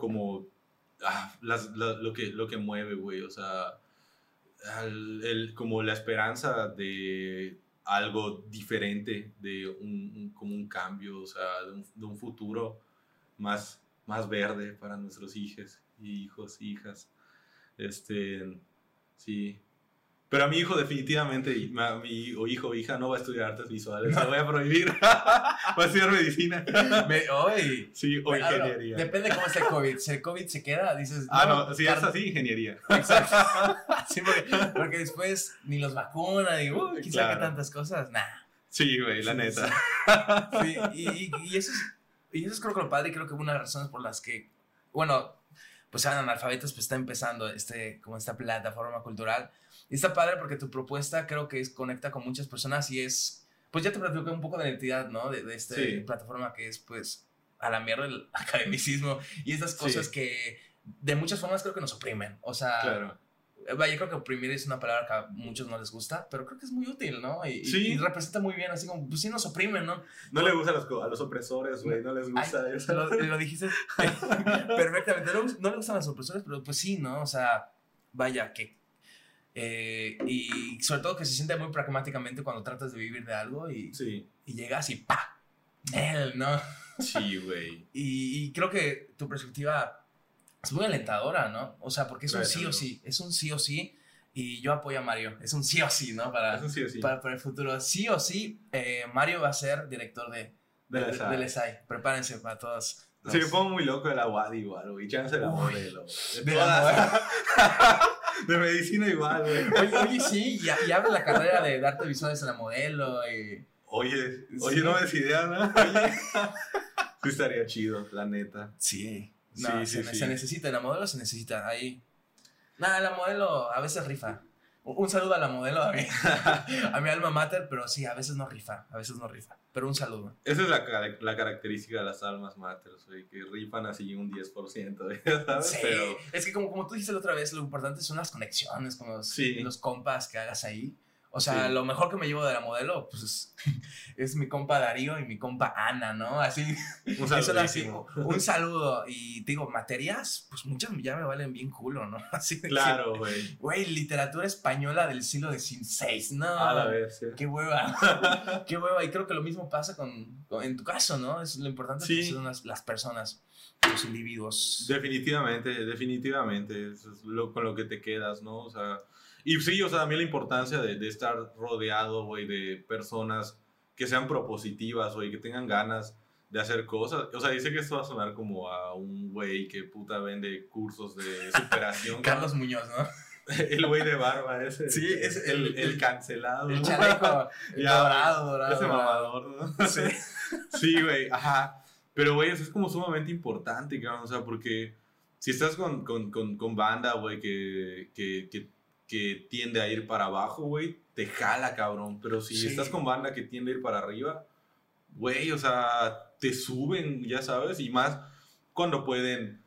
lo que mueve, güey, o sea, como la esperanza de algo diferente, de como un cambio, o sea, de un futuro más verde para nuestros hijos, hijas, sí. Pero a mi hijo definitivamente, o hijo o hija no va a estudiar artes visuales, se lo voy a prohibir. Va a estudiar medicina. Sí, o ingeniería. Depende cómo esté el COVID. Si el COVID se queda, dices... No, si es así, ingeniería. Exacto. Sí, porque después ni los vacunan y quién sabe qué tantas cosas. Nah. Sí, güey, la neta. Sí, y eso es creo que lo padre, creo que una de las razones por las que, bueno, pues sean analfabetos, pues está empezando como esta plataforma cultural. Y está padre porque tu propuesta creo que conecta con muchas personas y pues ya te platico un poco de la identidad, ¿no? De esta plataforma que es, pues, a la mierda el academicismo y estas cosas que de muchas formas creo que nos oprimen. O sea, claro. Vaya, creo que oprimir es una palabra que a muchos no les gusta, pero creo que es muy útil, ¿no? Y representa muy bien, así como, pues sí nos oprimen, ¿no? No le gusta a los opresores, güey, no les gusta eso. Lo dijiste perfectamente, no le gustan los opresores, pero pues sí, ¿no? O sea, vaya, que... y sobre todo que se siente muy pragmáticamente cuando tratas de vivir de algo y llegas y ¡pa! Él, ¿no? Sí, güey. Y creo que tu perspectiva es muy alentadora, ¿no? O sea, porque es un sí o sí, es un sí o sí, y yo apoyo a Mario, es un sí o sí, ¿no? Es un sí o sí. Para el futuro, sí o sí, Mario va a ser director del ESAI. Prepárense para todos. Se me pongo muy loco de la UAD igual, güey, chance de la modelo. De medicina igual, güey. Oye, sí, y abre la carrera de arte visuales a la modelo. Oye, no me des idea, ¿no? Oye. Sí estaría chido, la neta. Sí. No, se necesita, la modelo se necesita ahí. Nada, la modelo a veces rifa. Un saludo a la modelo, a mi alma mater, pero sí, a veces no rifa, pero un saludo. Esa es la característica de las almas mater, güey, que rifan así un 10%, ¿sabes? Sí, pero... es que como tú dijiste la otra vez, lo importante son las conexiones con los compas que hagas ahí. O sea, lo mejor que me llevo de la modelo, pues, es mi compa Darío y mi compa Ana, ¿no? Así, un saludo. Y digo, materias, pues muchas ya me valen bien culo, ¿no? Así de claro, güey. Güey, literatura española del siglo XVI, ¿no? A la vez, sí. Qué hueva. Qué hueva. Y creo que lo mismo pasa en tu caso, ¿no? Es lo importante que son las personas, los individuos. Definitivamente. Eso es con lo que te quedas, ¿no? O sea... Y sí, o sea, también la importancia de estar rodeado, güey, de personas que sean propositivas, güey, que tengan ganas de hacer cosas. O sea, dice que esto va a sonar como a un güey que puta vende cursos de superación. Carlos Muñoz, ¿no? El güey de barba ese. Sí, es el cancelado. El chaleco. dorado. Ese mamador, ¿no? Sí. Sí, güey, ajá. Pero, güey, eso es como sumamente importante, cabrón. O sea, porque si estás con banda, güey, que tiende a ir para abajo, güey, te jala, cabrón. Pero si estás con banda que tiende a ir para arriba, güey, o sea, te suben, ya sabes, y más cuando pueden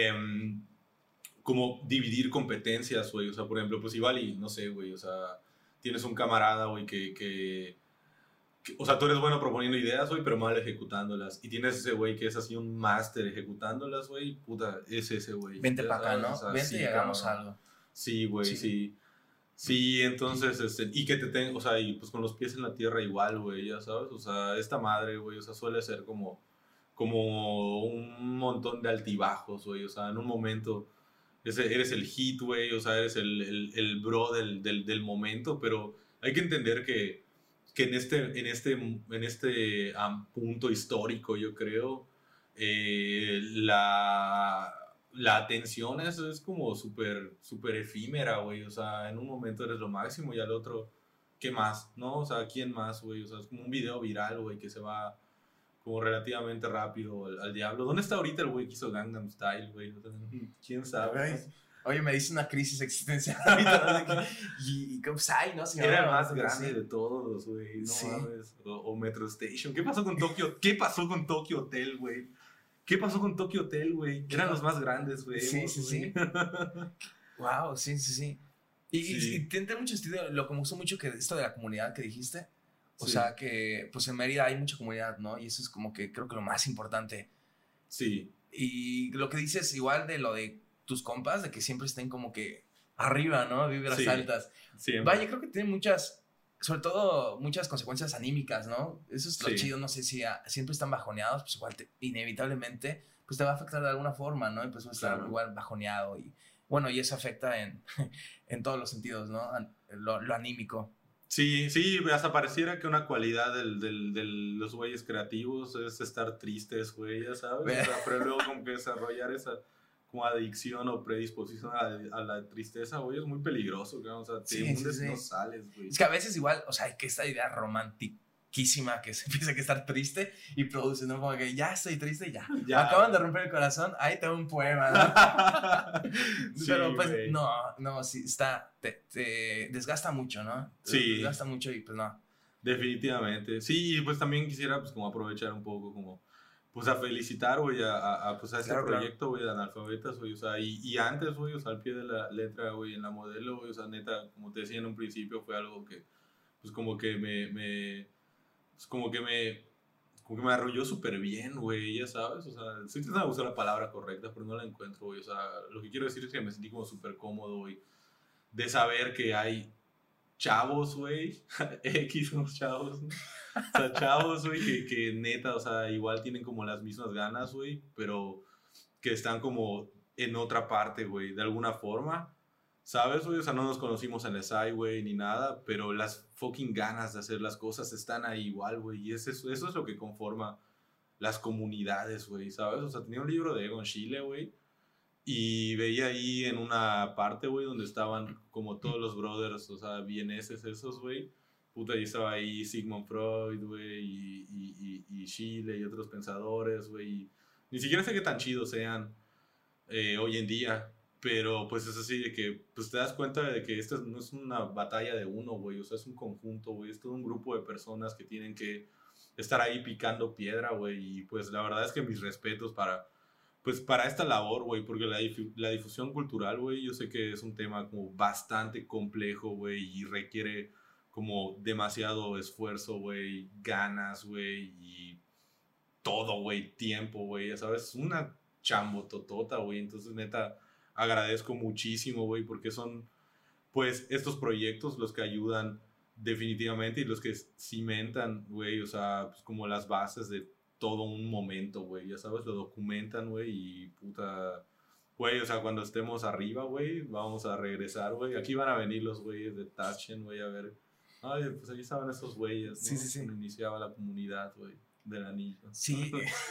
como dividir competencias, güey. O sea, por ejemplo, pues igual y, no sé, güey, o sea, tienes un camarada, güey, que o sea, tú eres bueno proponiendo ideas, güey, pero mal ejecutándolas. Y tienes ese güey que es así un máster ejecutándolas, güey, puta, es ese güey. Vente para acá, ¿no? O sea, vente y hagamos algo. Sí, güey, sí. Sí, entonces, y que te tengan, o sea, y pues con los pies en la tierra igual, güey, ya sabes, o sea, esta madre, güey, o sea, suele ser como un montón de altibajos, güey, o sea, en un momento eres el hit, güey, o sea, eres el bro del momento, pero hay que entender que en este punto histórico, yo creo, la atención es como súper efímera, güey. O sea, en un momento eres lo máximo y al otro, ¿qué más? ¿No? O sea, ¿quién más, güey? O sea, es como un video viral, güey, que se va como relativamente rápido al diablo. ¿Dónde está ahorita el güey que hizo Gangnam Style, güey? ¿Quién sabe? Oye, me dice una crisis existencial. y pues, ay, no sé. Era el más grande de todos, güey. No mames. O Metro Station. ¿Qué pasó con Tokyo Hotel, güey? ¿Qué pasó con Tokyo Hotel, güey? Eran los más grandes, güey. Sí. Wow, sí. Y tiene mucho sentido, lo que me gustó mucho que esto de la comunidad que dijiste. O sea, que pues en Mérida hay mucha comunidad, ¿no? Y eso es como que creo que lo más importante. Sí. Y lo que dices igual de lo de tus compas, de que siempre estén como que arriba, ¿no? Vibras altas. Siempre. Vaya, creo que tiene sobre todo muchas consecuencias anímicas, ¿no? Eso es lo chido, no sé si siempre están bajoneados, pues igual inevitablemente pues te va a afectar de alguna forma, ¿no? Y pues vas a estar igual bajoneado y bueno, y eso afecta en todos los sentidos, ¿no? Lo anímico. Sí, hasta pareciera que una cualidad de los güeyes creativos es estar tristes, güey, ya sabes, o sea, pero luego como que desarrollar esa como adicción o predisposición a la tristeza, güey, es muy peligroso, güey. O sea, te hundes, no sales, güey. Es que a veces igual, o sea, hay que esta idea romántica, loquísima que se empieza a estar triste y produce, ¿no? Como que ya estoy triste, ya. Ya. Acaban de romper el corazón, ahí tengo un poema, ¿no? Sí, Pero pues güey. no, sí, te desgasta mucho, ¿no? Te Sí. desgasta mucho y pues no. Definitivamente. Sí, y pues también quisiera pues como aprovechar un poco como pues a felicitar, güey, pues a este Claro, claro. proyecto, güey, de Analfabetas, güey, o sea, y antes, güey, o sea, al pie de la letra, güey, en la modelo, güey, o sea, neta, como te decía en un principio, fue algo que, pues como que pues como que me arrulló súper bien, güey, ya sabes, o sea, estoy tratando de buscar la palabra correcta, pero no la encuentro, güey, o sea, lo que quiero decir es que me sentí como súper cómodo, güey, de saber que hay chavos, güey, X unos chavos, ¿no? O sea, chavos, güey, que neta, o sea, igual tienen como las mismas ganas, güey, pero que están como en otra parte, güey, de alguna forma, ¿sabes, güey? O sea, no nos conocimos en el SAI, güey, ni nada, pero las fucking ganas de hacer las cosas están ahí igual, güey, y eso es lo que conforma las comunidades, güey, ¿sabes? O sea, tenía un libro de Egon Schiele, güey, y veía ahí en una parte, güey, donde estaban como todos los brothers, o sea, vieneses esos, güey. Puta, y estaba ahí Sigmund Freud, güey, y Schiele y otros pensadores, güey. Ni siquiera sé qué tan chidos sean hoy en día, pero pues es así de que pues te das cuenta de que esta no es una batalla de uno, güey, o sea, es un conjunto, güey, es todo un grupo de personas que tienen que estar ahí picando piedra, güey, y pues la verdad es que mis respetos pues para esta labor, güey, porque la difusión cultural, güey, yo sé que es un tema como bastante complejo, güey, y requiere como demasiado esfuerzo, güey, ganas, güey, y todo, güey, tiempo, güey, ya sabes, es una chambototota, güey, entonces neta agradezco muchísimo, güey, porque son pues estos proyectos los que ayudan definitivamente y los que cimentan, güey, o sea, pues como las bases de todo un momento, güey, ya sabes, lo documentan, güey, y puta, güey, o sea, cuando estemos arriba, güey, vamos a regresar, güey, aquí van a venir los güeyes de Tachen, güey, a ver, ay, pues ahí estaban esos güeyes, ¿no? Sí. Cuando iniciaba la comunidad, güey, del anillo. Sí,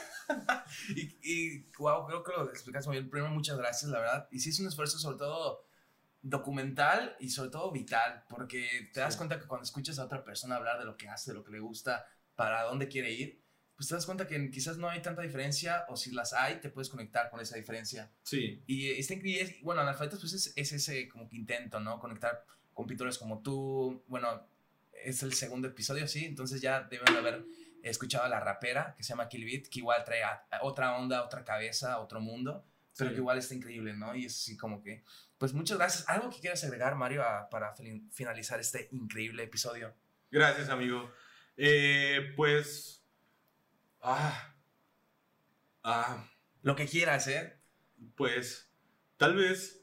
wow, creo que lo explicas muy bien. Primero, muchas gracias, la verdad. Y sí, es un esfuerzo, sobre todo documental y sobre todo vital, porque te das Sí. cuenta que cuando escuchas a otra persona hablar de lo que hace, de lo que le gusta, para dónde quiere ir, pues te das cuenta que quizás no hay tanta diferencia, o si las hay, te puedes conectar con esa diferencia. Sí, Y está increíble. Bueno, Analfabetas, pues es ese como que intento, ¿no? Conectar con pintores como tú. Bueno, es el segundo episodio, sí. Entonces ya deben de haber escuchado a la rapera que se llama Kill Beat, que igual trae a otra onda, otra cabeza, otro mundo, pero sí. que igual está increíble, ¿no? Y es así como que, pues muchas gracias. ¿Algo que quieras agregar, Mario, para finalizar este increíble episodio? Gracias, amigo. Pues, ah, ah, Lo que quieras, ¿eh? pues, tal vez.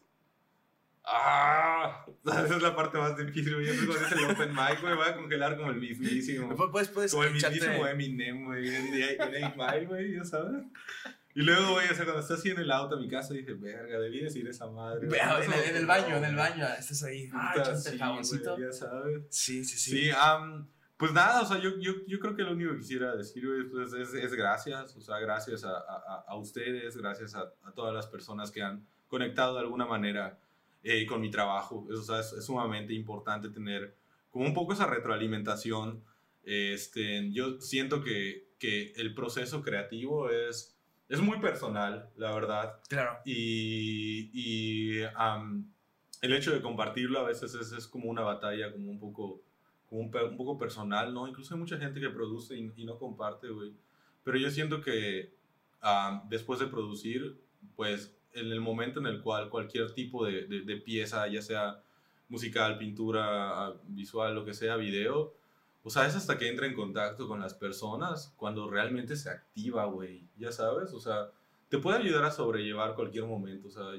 Esa es la parte más difícil, güey. Yo creo que cuando es el open mic, güey, voy a congelar como el mismísimo. Puedes Como el echarte- mismísimo Eminem, güey. En 8 Mile, güey, ya sabes. Y luego, güey, o sea, cuando estás así en el auto a mi casa, dije, verga, debí decir esa madre. güey. Ve, en el baño, estás ahí. Puta, Echándote sí, el jaboncito. güey, ya sabes. Sí. Sí, pues nada, o sea, yo creo que lo único que quisiera decir, güey, pues, es gracias, o sea, gracias a ustedes, gracias a todas las personas que han conectado de alguna manera con mi trabajo. O sea, es sumamente importante tener como un poco esa retroalimentación. Yo siento que el proceso creativo es muy personal, la verdad. Claro. Y el hecho de compartirlo a veces es como una batalla, como un poco personal, ¿no? Incluso hay mucha gente que produce y no comparte, güey. Pero yo siento que después de producir, pues en el momento en el cual cualquier tipo de pieza, ya sea musical, pintura, visual, lo que sea, video, o sea, es hasta que entra en contacto con las personas cuando realmente se activa, güey, ya sabes, o sea, te puede ayudar a sobrellevar cualquier momento, o sea,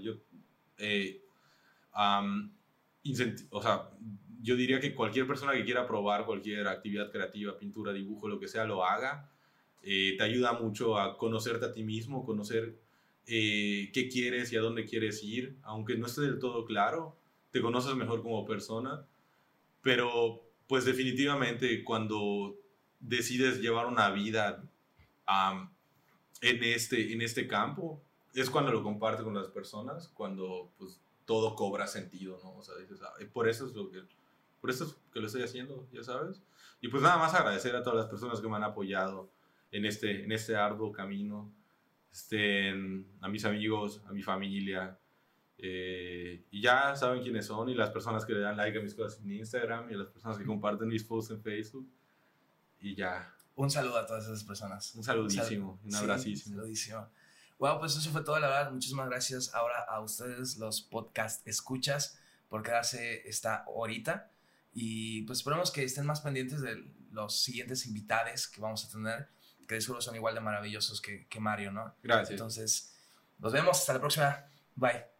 o sea, yo diría que cualquier persona que quiera probar cualquier actividad creativa, pintura, dibujo, lo que sea, lo haga. Te ayuda mucho a conocerte a ti mismo, conocer qué quieres y a dónde quieres ir, aunque no esté del todo claro, te conoces mejor como persona, pero pues definitivamente cuando decides llevar una vida en este campo, es cuando lo compartes con las personas, cuando pues todo cobra sentido, ¿no? O sea, dices, por eso es por eso es que lo estoy haciendo, ya sabes. Y pues nada más agradecer a todas las personas que me han apoyado en este arduo camino, a mis amigos, a mi familia, y ya saben quiénes son, y las personas que le dan like a mis cosas en Instagram, y a las personas que comparten mis posts en Facebook, y ya. Un saludo a todas esas personas. Un saludísimo, un abracísimo. Un saludísimo. Bueno, pues eso fue todo, la verdad. Muchísimas gracias ahora a ustedes, los podcast escuchas, por quedarse esta horita. Y pues esperemos que estén más pendientes de los siguientes invitados que vamos a tener, que de seguro son igual de maravillosos que Mario, ¿no? Gracias. Entonces, nos vemos. Hasta la próxima. Bye.